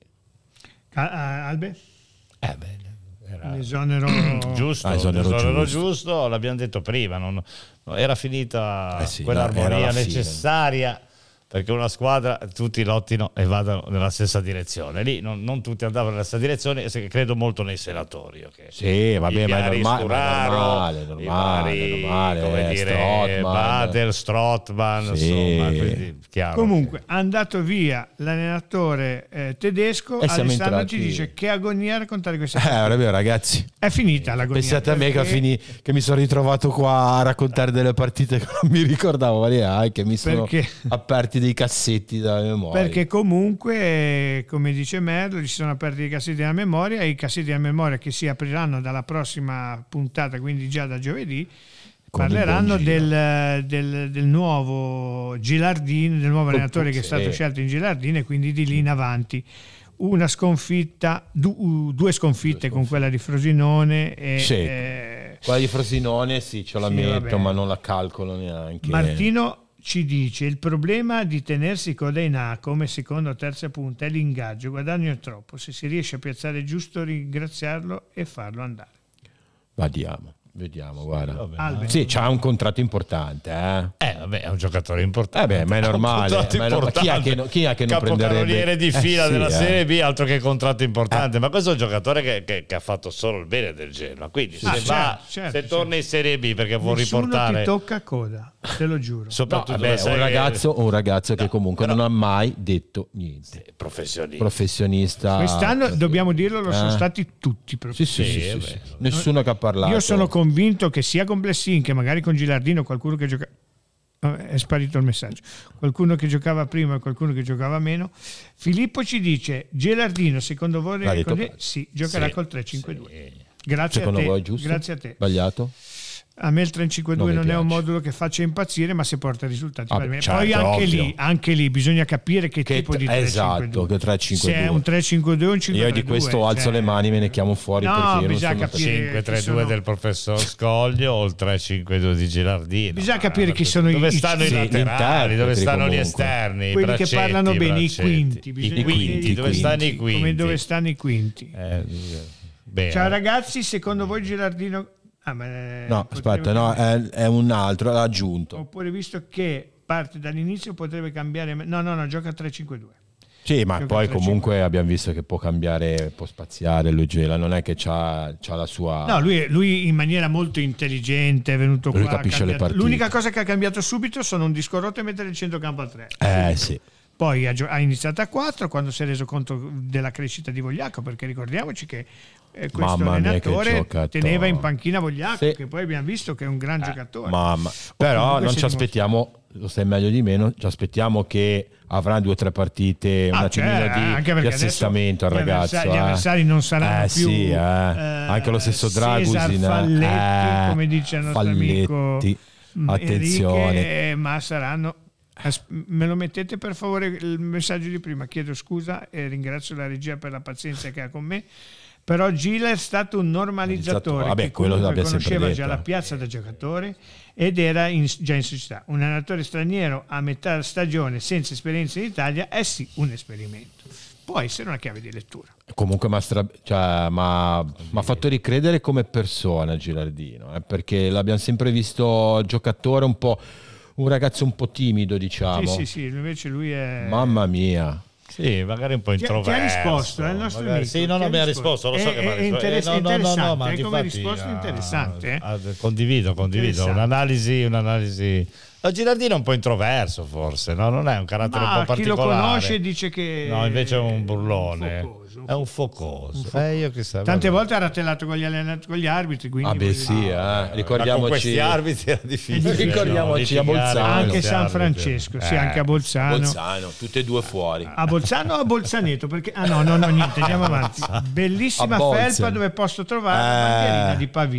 Albe? Eh beh, era l'esonero giusto, ah, esonero l'esonero giusto. giusto, l'abbiamo detto prima, non, era finita eh sì, quell'armonia era necessaria perché una squadra tutti lottino e vadano nella stessa direzione. Lì non, non tutti andavano nella stessa direzione, credo molto nei senatori. Okay? Sì, vabbè, ma è normale, Scuraro, normale, normale, vari, normale, come eh, dire, Strootman. Bader, Strootman, Sì. insomma, quindi, chiaro. Comunque, andato via l'allenatore eh, tedesco, E siamo Alessandro entrati- ci dice che agonia raccontare queste Eh, cose. vabbè, ragazzi, È finita l'agonia. pensate a me che, perché- fini, che mi sono ritrovato qua a raccontare delle partite che non mi ricordavo, ma neanche mi sono Perché? aperti dei cassetti dalla memoria. Perché comunque, come dice Merlo, ci sono aperti i cassetti della memoria e i cassetti della memoria che si apriranno dalla prossima puntata, quindi già da giovedì, Con il parleranno buon Gila. del, del, del nuovo Gilardini, del nuovo allenatore che è stato sì. scelto in Gilardini, e quindi di lì in avanti una sconfitta, du- due sconfitte con quella di Frosinone e Sì. eh, Quella di Frosinone sì, ce la Sì, metto, vabbè. ma non la calcolo neanche. Martino ci dice: il problema di tenersi coda in A come seconda o terza punta è l'ingaggio, guadagno è troppo, se si riesce a piazzare giusto ringraziarlo e farlo andare. Vediamo, vediamo, guarda. Vabbè. Albe. Sì, c'ha un contratto importante, eh. Eh vabbè, è un giocatore importante. Eh beh, ma è Ha un normale, contratto ma è normale. Chi è che non- chi è che non Capocannoniere prenderebbe- di fila Eh sì, della eh. Serie B, altro che contratto importante. Ma questo è un giocatore che, che- che ha fatto solo il bene del Genoa. Quindi Ah, se, certo, va, certo, se torna in Serie B perché vuol Nessuno riportare ti tocca coda, te lo giuro. No, soprattutto vabbè, dove sei- un ragazzo, un ragazzo che No, comunque però- non ha mai detto niente. professionista. Professionista. Quest'anno, dobbiamo dirlo, lo sono Eh. stati tutti proprio. Sì, sì, sì, Sì, sì, beh. sì. Nessuno che ha parlato. Io sono convinto che sia con Blessin che magari con Gilardino, qualcuno che gioca Vabbè, è sparito il messaggio, qualcuno che giocava prima e qualcuno che giocava meno. Filippo ci dice: Gilardino secondo voi L'ha detto- con- sì, giocherà Sì, col tre cinque due. sì. Grazie Secondo a te, voi è giusto? grazie a te. Sbagliato? A me il tre cinque due Non mi non, è un piace. modulo che faccia impazzire, ma se porta risultati Ah, per me. certo, Poi anche ovvio. lì, anche lì bisogna capire che, Che tipo t- di tre cinque due. esatto, che tre cinque due. Se è un tre cinque due o un cinque Io tre di due, questo alzo cioè- le mani, me ne chiamo fuori No, perché io non bisogna sono capire- cinque tre chi due sono- del professor Scoglio o il tre cinque due di Gilardino. Bisogna Ma- capire chi sono dove i- stanno i sì, laterali, interpreti dove stanno gli comunque. esterni, i quelli che braccetti, parlano i bene, i braccetti. quinti, I bisogna quinti, capire i dove stanno i quinti? come dove stanno i quinti. Eh, bene. Ciao ragazzi, secondo voi Gilardino ah, ma, No, potrebbe aspetta, no, cambiare? è, è un altro, l'ha aggiunto. Oppure visto che parte dall'inizio potrebbe cambiare. No, no, no, gioca tre cinque due. Sì, ma Gioca poi tre comunque abbiamo visto che può cambiare, può spaziare lui Gela, non è che c'ha, c'ha la sua... No, lui, lui in maniera molto intelligente è venuto Lui qua. ha capisce le cambiato- partite. L'unica cosa che ha cambiato subito sono un disco rotto e mettere il centrocampo a tre. Eh sì. Poi ha, gio- ha iniziato a quattro quando si è reso conto della crescita di Vogliacco, perché ricordiamoci che eh, questo Mamma mia, che allenatore giocatore. teneva in panchina Vogliacco, Sì. che poi abbiamo visto che è un gran giocatore. Mamma. Però comunque non si ci aspettiamo, lo sai meglio di meno, ci aspettiamo che avrà due o tre partite, Ah, un attimino cioè, di, anche perché di assestamento al adesso gli ragazzo. avversari- gli eh. avversari non saranno Eh, più, sì, eh. eh, Anche lo stesso Cesar Dragusin. Falletti, eh, come dice il nostro Falletti. amico Attenzione. Enrique, ma saranno. As- Me lo mettete per favore il messaggio di prima, chiedo scusa e ringrazio la regia per la pazienza che ha con me. Però Gila è stato un normalizzatore Vabbè, che quello comunque l'abbiamo sempre conosceva detto. già la piazza da giocatore ed era in- già in società. Un allenatore straniero a metà stagione senza esperienza in Italia è sì un esperimento. Può essere una chiave di lettura. Comunque mi cioè, ha fatto ricredere come persona Gilardino, eh, perché l'abbiamo sempre visto giocatore un po', un ragazzo un po' timido, diciamo. Sì, sì, sì, invece lui è... Mamma mia. Sì, magari un po' Ti ha- introverso. ti ha risposto, eh, il nostro magari- amico, Sì, ti no, ha no, mi ha risposto. risposto, lo so È- che mi ha è risposto. interess- Eh, no, no, no, no, interessante, ma eh, di come infatti, risposta ah, interessante, eh. ah, condivido, condivido. Interessante. Un'analisi, un'analisi. No, Gilardino è un po' introverso, forse, no? Non è un carattere Ma un po' chi lo particolare. conosce dice che No, invece è un burlone. focoso, un È un focoso. Un focoso. Eh, io che so, Tante vabbè. volte ha ratellato con gli, allenat- con gli arbitri, quindi Ah beh voglio sì, dire, eh. Ma con ricordiamoci questi arbitri era difficile. Ricordiamoci no? a Bolzano. Litigare con anche questi San arbitri. Francesco, sì, Eh. anche a Bolzano. Bolzano, tutte e due fuori. A Bolzano o a Bolzaneto? Perché... Ah no, no, no, niente, andiamo avanti. Bellissima A Bolzano. felpa dove posso trovare la Eh. bandierina di Pavia.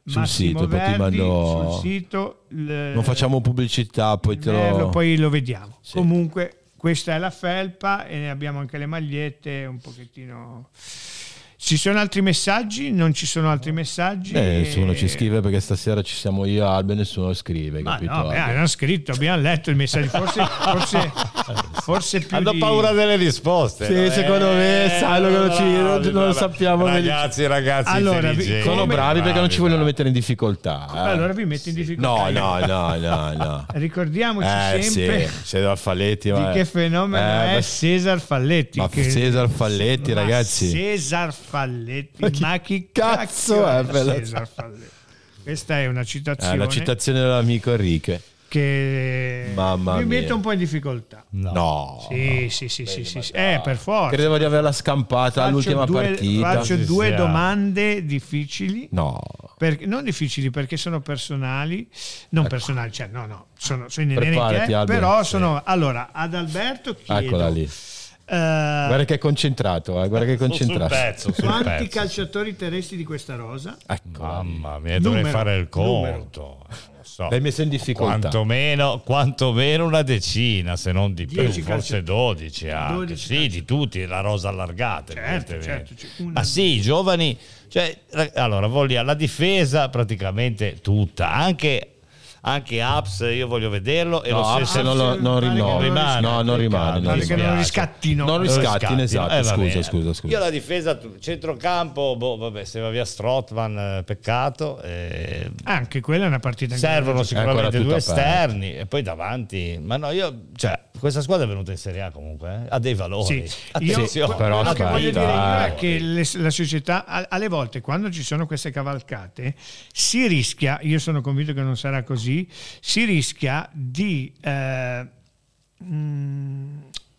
sul Massimo sito, Verdi, poi ti mando... sul sito. Il, non facciamo pubblicità, poi te lo... poi lo vediamo. Sì. Comunque questa è la felpa e abbiamo anche le magliette un pochettino. Ci sono altri messaggi? Non ci sono altri messaggi? Eh, nessuno e... ci scrive perché stasera ci siamo io e Albe, nessuno scrive. Ma capito? no, beh, hanno scritto, abbiamo letto il messaggio, forse, forse, forse più hanno di... paura delle risposte. Sì, no? secondo eh, me sanno che non, ci, non, non lo sappiamo. Ragazzi, ragazzi, allora, sono sono bravi perché non ci vogliono mettere in difficoltà. Eh. Allora vi metto in difficoltà. No, no, no, no, no. Ricordiamoci Eh, sempre sì, Cesar Falletti, di ma... che fenomeno eh, è ma... Cesar Falletti. Ma che... Cesar Falletti, ma ragazzi. Cesar Falletti, ma chi, ma chi cazzo è? Cesar Falletti? Questa è una citazione. È la citazione dell'amico Enrique. Che Mamma mi mia. mette un po' in difficoltà. No, no sì, no. sì, sì, sì, sì, sì. Eh, per forza. Credevo di averla scampata faccio all'ultima due, partita. Faccio sì, due sì, domande difficili. No, Per, non difficili perché sono personali, non ecco. personali, cioè no, no, sono, sono inerenti, Preparati, eh, Albe. però Sì. sono. Allora, ad Alberto chiedo. Eccola lì. Uh, Guarda che è concentrato, eh, guarda che è concentrato. Sul pezzo, sul quanti pezzo. calciatori terrestri di questa rosa? Ecco. Mamma mia, dovrei Numero, fare il numero. conto. Non so. L'hai messo in difficoltà. Quantomeno, quantomeno una decina, se non di più, Dieci forse calci- dodici anche. dodici Sì, calci- di tutti, la rosa allargata. Certo, evidentemente. certo, c'è una- Ma sì, i giovani, cioè, rag- allora, voglio, la difesa praticamente tutta, anche... Anche Apps, io voglio vederlo. E No, lo Apps stesso non, lo, non pare che rinnova. non rimane. No, non rimane. Non, Pare che non rimane. riscattino. Non Lo riscattino, riscattino. esatto. Eh, va scusa, bene. scusa, scusa. Io la difesa, centrocampo, boh, vabbè, se va via Strootman, eh, peccato. eh, Anche quella è una partita. servono ancora- sicuramente ancora due tutta aperta. esterni e poi davanti. Ma no, io, cioè, questa squadra è venuta in Serie A comunque, eh, ha dei valori. Sì, io, Attenzione. però quello che voglio aspetta, dire io è eh. che le- la società a- alle volte quando ci sono queste cavalcate si rischia, io sono convinto che non sarà così, si rischia di eh, mh,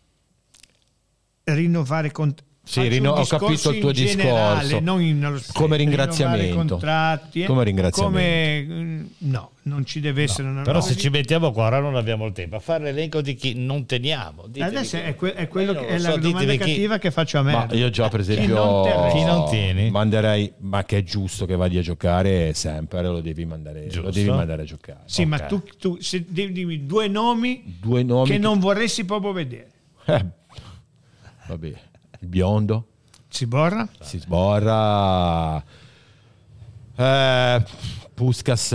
rinnovare con Sì, faccio rino- un ho capito discorso il tuo in generale, discorso. non in- nello specifico, Come rinnovare ringraziamento. contratti, eh, Come ringraziamento. come, mh, no, non ci deve essere una Però nuova se ci mettiamo qua ora non abbiamo il tempo a fare l'elenco di chi non teniamo. Ditemi adesso chi- è, que- è quello Io che non è lo la so, domanda ditemi chi- cattiva che faccio a me. Ma io già per Chi esempio non terresti? Chi non tieni? manderei, ma che è giusto che vada a giocare sempre, lo devi mandare, Giusto. lo devi mandare a giocare. Sì, Ok. ma tu, tu se devi dimmi due nomi Due nomi che che- non vorresti proprio vedere. Eh, vabbè, il biondo Ciborra? si sborra. Eh, Puskas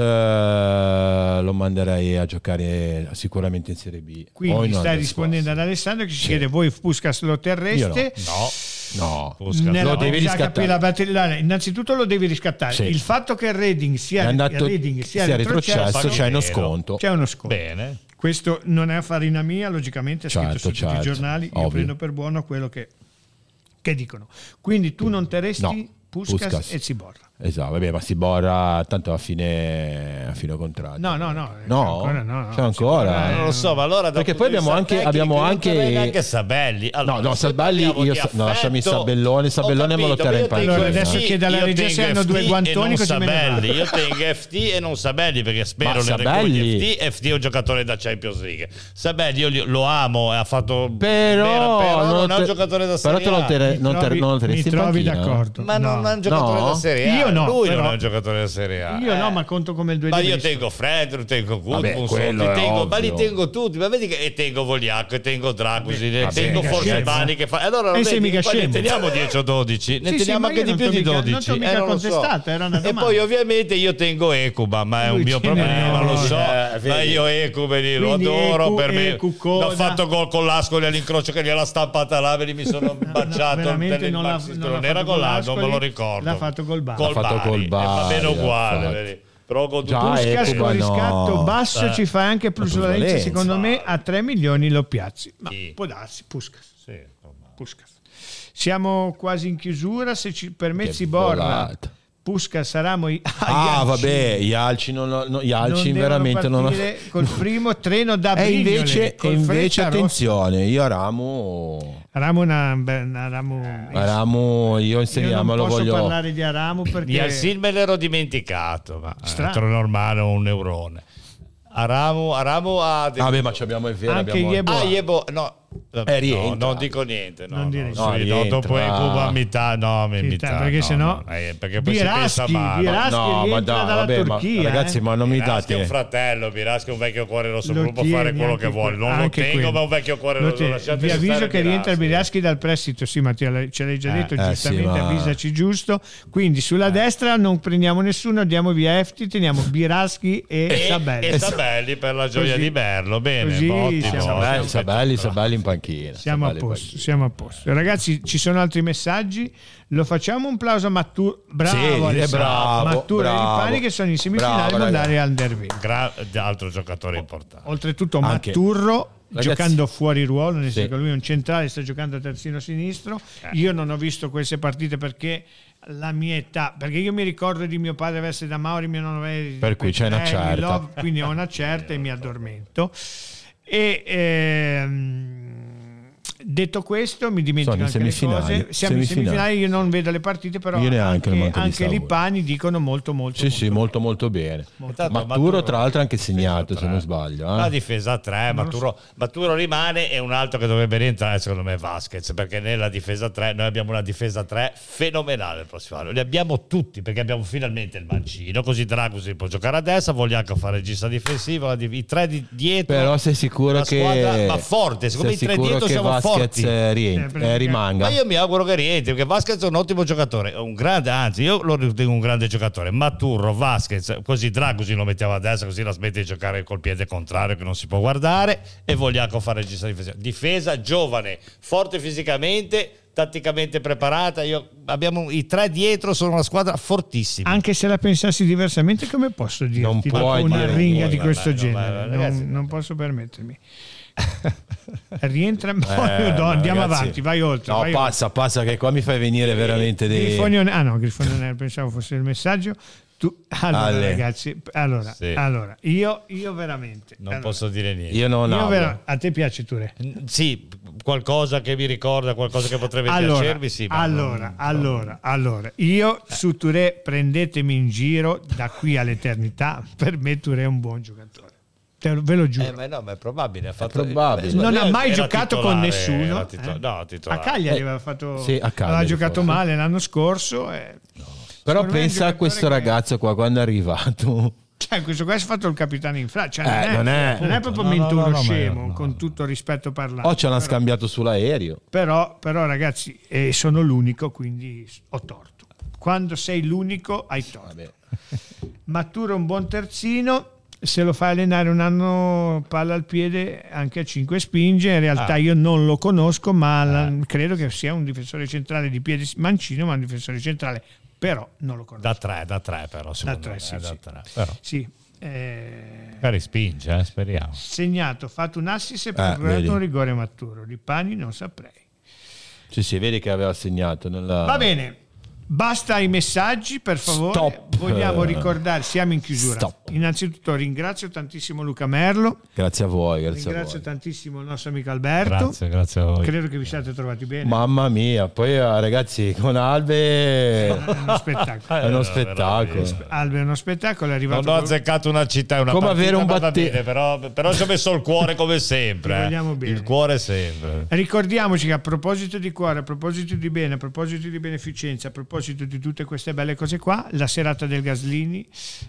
eh, lo manderei a giocare sicuramente in Serie B. O Quindi in stai Aldo rispondendo ad Sforza. Alessandro che ci Sì. chiede voi Puskas lo terreste? No. No, Puskas. Nella- lo devi bisogna riscattare. capire la batteria. Innanzitutto lo devi riscattare. Sì. Il fatto che il Reading sia, è il andato Reading sia, sia retrocesso, retrocesso, c'è uno vero. sconto. c'è uno sconto. Bene. Questo non è farina mia, logicamente è scritto Certo, su tutti certo, i giornali, io ovvio. prendo per buono quello che, che dicono. Quindi tu non terresti No, Puskas, Puskas. e Ciborra. Esatto, vabbè, ma si borra tanto a fine, a fine contratto. No, no, no. No? ancora no, no. C'è ancora? Ciborra è- Non lo so, ma allora Perché dal poi punto di abbiamo vista anche- tecnico, abbiamo io non anche- terrei neanche Sabelli. Allora, No, no, se Sabelli, parliamo io di sa- no, lasciami affetto, Sabellone, Sabellone ho me lo capito, terrei io in tengo panchina. Allora, adesso F T, chiede alla io regia tengo se hanno F T due e guantoni, non così me ne Sabelli. vado. Io tengo F T e non Sabelli perché spero Ma ne Sabelli- recugli F T. F T è un giocatore da Champions League. Sabelli io li- lo amo e ha fatto Però, bene, però non è te- un giocatore da però Serie te lo A. tere- Mi non, ter- trovi- non lo mi terresti in trovi panchina? d'accordo? Ma non No. è un giocatore No? da Serie A. Io no, Lui però. non è un giocatore da Serie A. Io Eh. no, ma conto come il due Ma di io vista. tengo Fred, tengo Vabbè, Gudmundsson, quello ti è tengo, ma li ovvio. tengo tutti, ma vedi che e tengo Vogliacco, e tengo Dragusin, e vabbè, tengo mica Forsebani che fa. Allora E sei vedi, mica poi ne scemo. teniamo dieci o dodici, ne Sì, sì, teniamo ma anche io di non più t'ho di mica- non dodici. t'ho mica eh, non lo so. contestato, era una E domanda. poi ovviamente io tengo Ekuban, ma è un Lui mio ce n'è problema, lo uno. so. Eh, Ma vedi. io Ekuban lo Quindi adoro, Eku- per me Eku, Coda. ho fatto gol con l'Ascoli all'incrocio che gliela stampata là, ve li mi sono baciato veramente per il non l'ha- Maxi, non l'ha non era fatto con con l'Ascoli, non me lo l'Ascoli, ricordo. l'ha fatto col Bari. Col L'ha fatto Bari, col e va Bari, bene uguale, infatti. vedi. Però con Già, tutto- Puskas Ekuban con no. riscatto basso Eh. ci fa anche plusvalenza, plusvalenza. secondo me a tre milioni lo piazzi. Ma Sì. può darsi, Puskas. Sì, insomma. Puskas. Siamo quasi in chiusura, se ci permetti Che Borra, volata. Puskas saremo i Ah, vabbè, gli Alci, non, no, gli Alci non veramente non ho... partire col primo treno da E Brignole, invece, col e invece Freccia attenzione, io a Ramo, Aramu una, una Aramu, a Ramo io io non inseriamo, lo posso voglio... parlare di Aramu Di perché Alsin me l'ero dimenticato, ma Strano. è altro normale, un neurone. Aramu, Aramu ha Ah, beh, ma ci abbiamo, è vero, Anche abbiamo... Yebo- Ah, Yebo, no, Eh, rientra. No, non dico niente, no, non no, dire no, no, no, dopo in Cuba metà, no, Sì, metà, perché no, sennò no, eh, perché poi Biraschi, si pensa male. Biraschi No, ma rientra da- dalla vabbè, ma Turchia, ragazzi, eh. ma non mi Biraschi è un date. fratello, Biraschi è un vecchio cuore rosso, Lo può fare tieni quello anche che vuole, quello, non lo anche tengo, quello. ma un vecchio cuore Lo rosso. tieni. lasciate Vi avviso stare che rientra il Biraschi. Biraschi dal prestito, sì Mattia ce l'hai già detto Eh, giustamente, eh, sì, ma- avvisaci giusto, quindi sulla destra non prendiamo nessuno, diamo via Efti, teniamo Biraschi e, E, Sabelli. e Sabelli per la gioia Così- di Berlo, bene, così ottimo. siamo- Sabelli, Sabelli, Sabelli in panchina. Siamo a Sabelli in posto, panchina. siamo a posto. Ragazzi, ci sono altri messaggi. Lo facciamo un plauso a Matturo. Bravo, Sì, è Alessandro. bravo, Matturo e bravo. Ripani che sono in semifinale Bravo, mondiali ragazzi. Under venti. Gra- altro giocatore importante. Oltretutto Anche- Matturro Ragazzi- giocando fuori ruolo, nel Sì. senso che lui è un centrale, sta giocando a terzino sinistro. Io non ho visto queste partite perché la mia età, perché io mi ricordo di mio padre verso da Mauri, mio nonno aveva- Per cui c'è una eh, certa. mi love, quindi ho una certa e mi addormento. E ehm, detto questo, mi dimentico Sono in anche le semifinali. cose. Siamo in Semifinali. semifinali, io non vedo le partite, però Io neanche, anche, non manco di anche Star Wars. Lipani dicono molto molto Sì, molto sì, molto molto bene. Tanto Matturo, tra l'altro, ha anche segnato, difesa se non tre. sbaglio. La Eh? difesa tre, Maturo, Maturo rimane e un altro che dovrebbe rientrare secondo me è Vasquez, perché nella difesa tre noi abbiamo una difesa tre fenomenale il prossimo anno, li abbiamo tutti perché abbiamo finalmente il mancino, così Dragusin può giocare a destra, Vogliacco fa regista difensivo, la div- i tre di dietro, Però sei sicuro una che squadra, ma forte, secondo me i sei tre sicuro dietro che siamo Vasquez forti. eh, rient- Eh, perché- eh, rimanga? Ma io mi auguro che rientri perché Vasquez è un ottimo giocatore, un grande, anzi io lo ritengo un grande giocatore. Maturro, Vasquez, così Dragusin lo mettiamo a destra, così la smette di giocare col piede contrario che non si può guardare, e Vogliacco fare regista difesa. Difesa giovane, forte fisicamente, tatticamente preparata. Io, abbiamo i tre dietro, sono una squadra fortissima. Anche se la pensassi diversamente, come posso dirti Non puoi una dire ringa niente, di questo vabbè, genere? vabbè, Non- ragazzi, non, posso permettermi. Rientra poi, Eh, no, andiamo ragazzi. avanti, vai oltre. No, vai passa, passa, che qua mi fai venire veramente dei... Grifoni on- ah no, Grifoni on Air, pensavo fosse il messaggio. Tu, allora, Ale. ragazzi, allora, Sì. allora io, io veramente. Non allora, posso dire niente. Io non io ho. vera- a te piace Touré? Sì, qualcosa che mi ricorda, qualcosa che potrebbe Allora, piacervi, sì. ma allora, non- allora, allora, io su Touré prendetemi in giro da qui all'eternità. Per me Touré è un buon giocatore. Te lo- ve lo giuro. Eh, ma no, ma è probabile. Ha fatto, probabile. Non ha Era mai giocato con titolare, nessuno. era tito- eh. no, A titolare. Cagliari Eh, aveva, fatto, sì, a Cagliari aveva giocato forse. male l'anno scorso. E, Però secondo me è un pensa a giocatore questo che- ragazzo qua quando è arrivato. Cioè, questo qua si è fatto il capitano in fra. Cioè, Eh, non, non è, è- non è proprio No, no, mente no, uno no, ma- scemo, no. con tutto rispetto parlando. Oh, ce l'hanno Però- scambiato sull'aereo. Però, però ragazzi, eh, sono l'unico, quindi ho torto. Quando sei l'unico hai torto. Vabbè. Maturo è un buon terzino, se lo fai allenare un anno palla al piede anche a cinque spinge. In realtà Ah. io non lo conosco, ma la- credo che sia un difensore centrale di piede mancino, ma un difensore centrale, però non lo conosco. Da tre, da tre però, secondo tre, me, sì, eh, da sì. tre. Però, Sì, eh, magari spinge, eh, speriamo. segnato, fatto un assist e Eh, procurato vedi. un rigore Maturo. Di Pani non saprei. Sì, sì, vedi che aveva segnato. Nella... Va bene, basta i messaggi, per favore. Stop. Vogliamo ricordare, siamo in chiusura. Stop. Innanzitutto ringrazio tantissimo Luca Merlo, Grazie a voi, grazie ringrazio a voi. tantissimo il nostro amico Alberto. Grazie, grazie a voi. Credo che vi siate trovati bene. Mamma mia, poi eh, ragazzi, con Albe È uno spettacolo. è uno Eh, spettacolo. veramente. Albe è uno spettacolo, è arrivato Non ho col- azzeccato una città e una Come partita, avere un va batte- bene, però, però ci ho messo il cuore come sempre. Ti eh. vogliamo bene. Il cuore sempre. Ricordiamoci che a proposito di cuore, a proposito di bene, a proposito di beneficenza, a proposito di tutte queste belle cose qua, la serata del Gaslini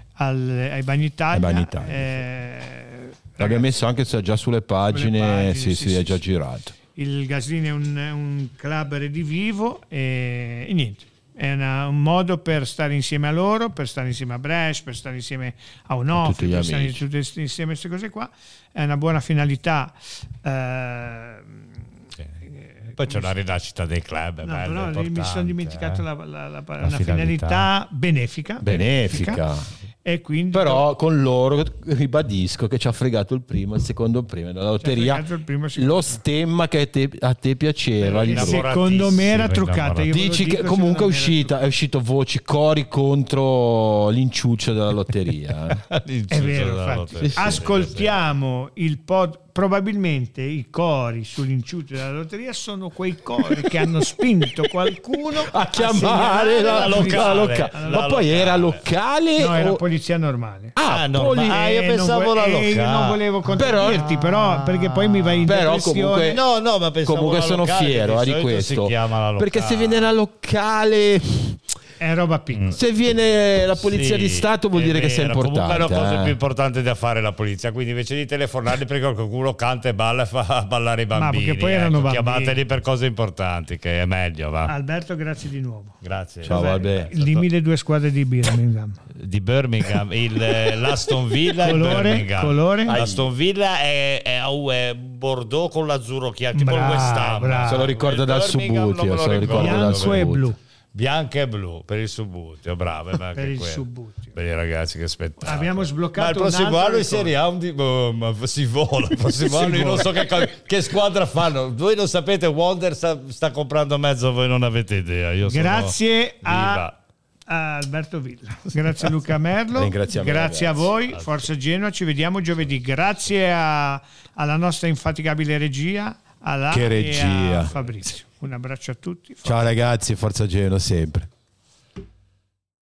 al- ai Bagni Italia, Ai Bagni Italia, eh, L'abbiamo messo anche su- già sulle pagine, pagine, sì, sì, sì, sì, è già sì. girato. il Gaslini è un, è un club redivivo e, e niente, è una- un modo per stare insieme a loro, per stare insieme a Brescia, per stare insieme a Onofre, tutti gli per stare amici. tutte insieme a queste cose qua. È una buona finalità. eh, Poi c'è una rinascita dei club. È No, bello, però mi importante, sono dimenticato eh. la, la- la- La una finalità, finalità benefica, Benefica. e quindi Però con loro ribadisco che ci ha fregato il primo e il secondo premio della lotteria. fregato il primo e il secondo. Lo stemma che a te, a te piaceva. E il- secondo me era truccata. Io ve lo Dici dico, che comunque è secondo me era uscita, è uscito voci cori contro l'inciuccio della lotteria. eh. È vero, infatti. Ascoltiamo il pod probabilmente i cori sull'inciuto della lotteria sono quei cori che hanno spinto qualcuno a chiamare la, la locale, locale. La ma poi locale. Era locale no o... era polizia normale. Ah, no, poli... ah io pensavo la locale. Io non volevo contraddirti, però, però perché poi mi vai in però depressione. Comunque, no no ma pensavo comunque sono locale, fiero di di questo, si chiama la locale. Perché se viene la locale è roba piccola. Se viene la polizia sì, di Stato vuol dire vero. Che sei importante. Comunque è una cosa eh. più importante da fare la polizia, quindi invece di telefonarli perché qualcuno canta e balla e fa ballare i bambini, ma poi erano ecco, bambini. Chiamateli per cose importanti, che è meglio, va. Alberto, grazie di nuovo. Grazie. Ciao, vabbè. Dimmi le due squadre di Birmingham. Di Birmingham, il, l'Aston Villa e il Birmingham. Colore? L'Aston Villa è, è, è Bordeaux con l'azzurro chiaro, tipo bravo, il West Ham. bravo. Se lo ricorda dal Subbuteo, se lo ricorda dal bianco e blu. Bianca e blu per il Subbuteo, bravo. Per il Subbuteo. Per i ragazzi, che spettacolo. Abbiamo sbloccato. Ma il prossimo anno in Serie A di, oh, ma si vola. Il prossimo anno io non so che, che squadra fanno. Voi non sapete, Wonder sta, sta comprando mezzo, voi non avete idea. Io Grazie a, a Alberto Villa. Grazie a Luca Merlo. Grazie a, me, Grazie a voi. Forza Genoa, ci vediamo giovedì. Grazie a, alla nostra infaticabile regia. Alla che regia. E a Fabrizio. Un abbraccio a tutti. Ciao ragazzi, Forza Genoa sempre.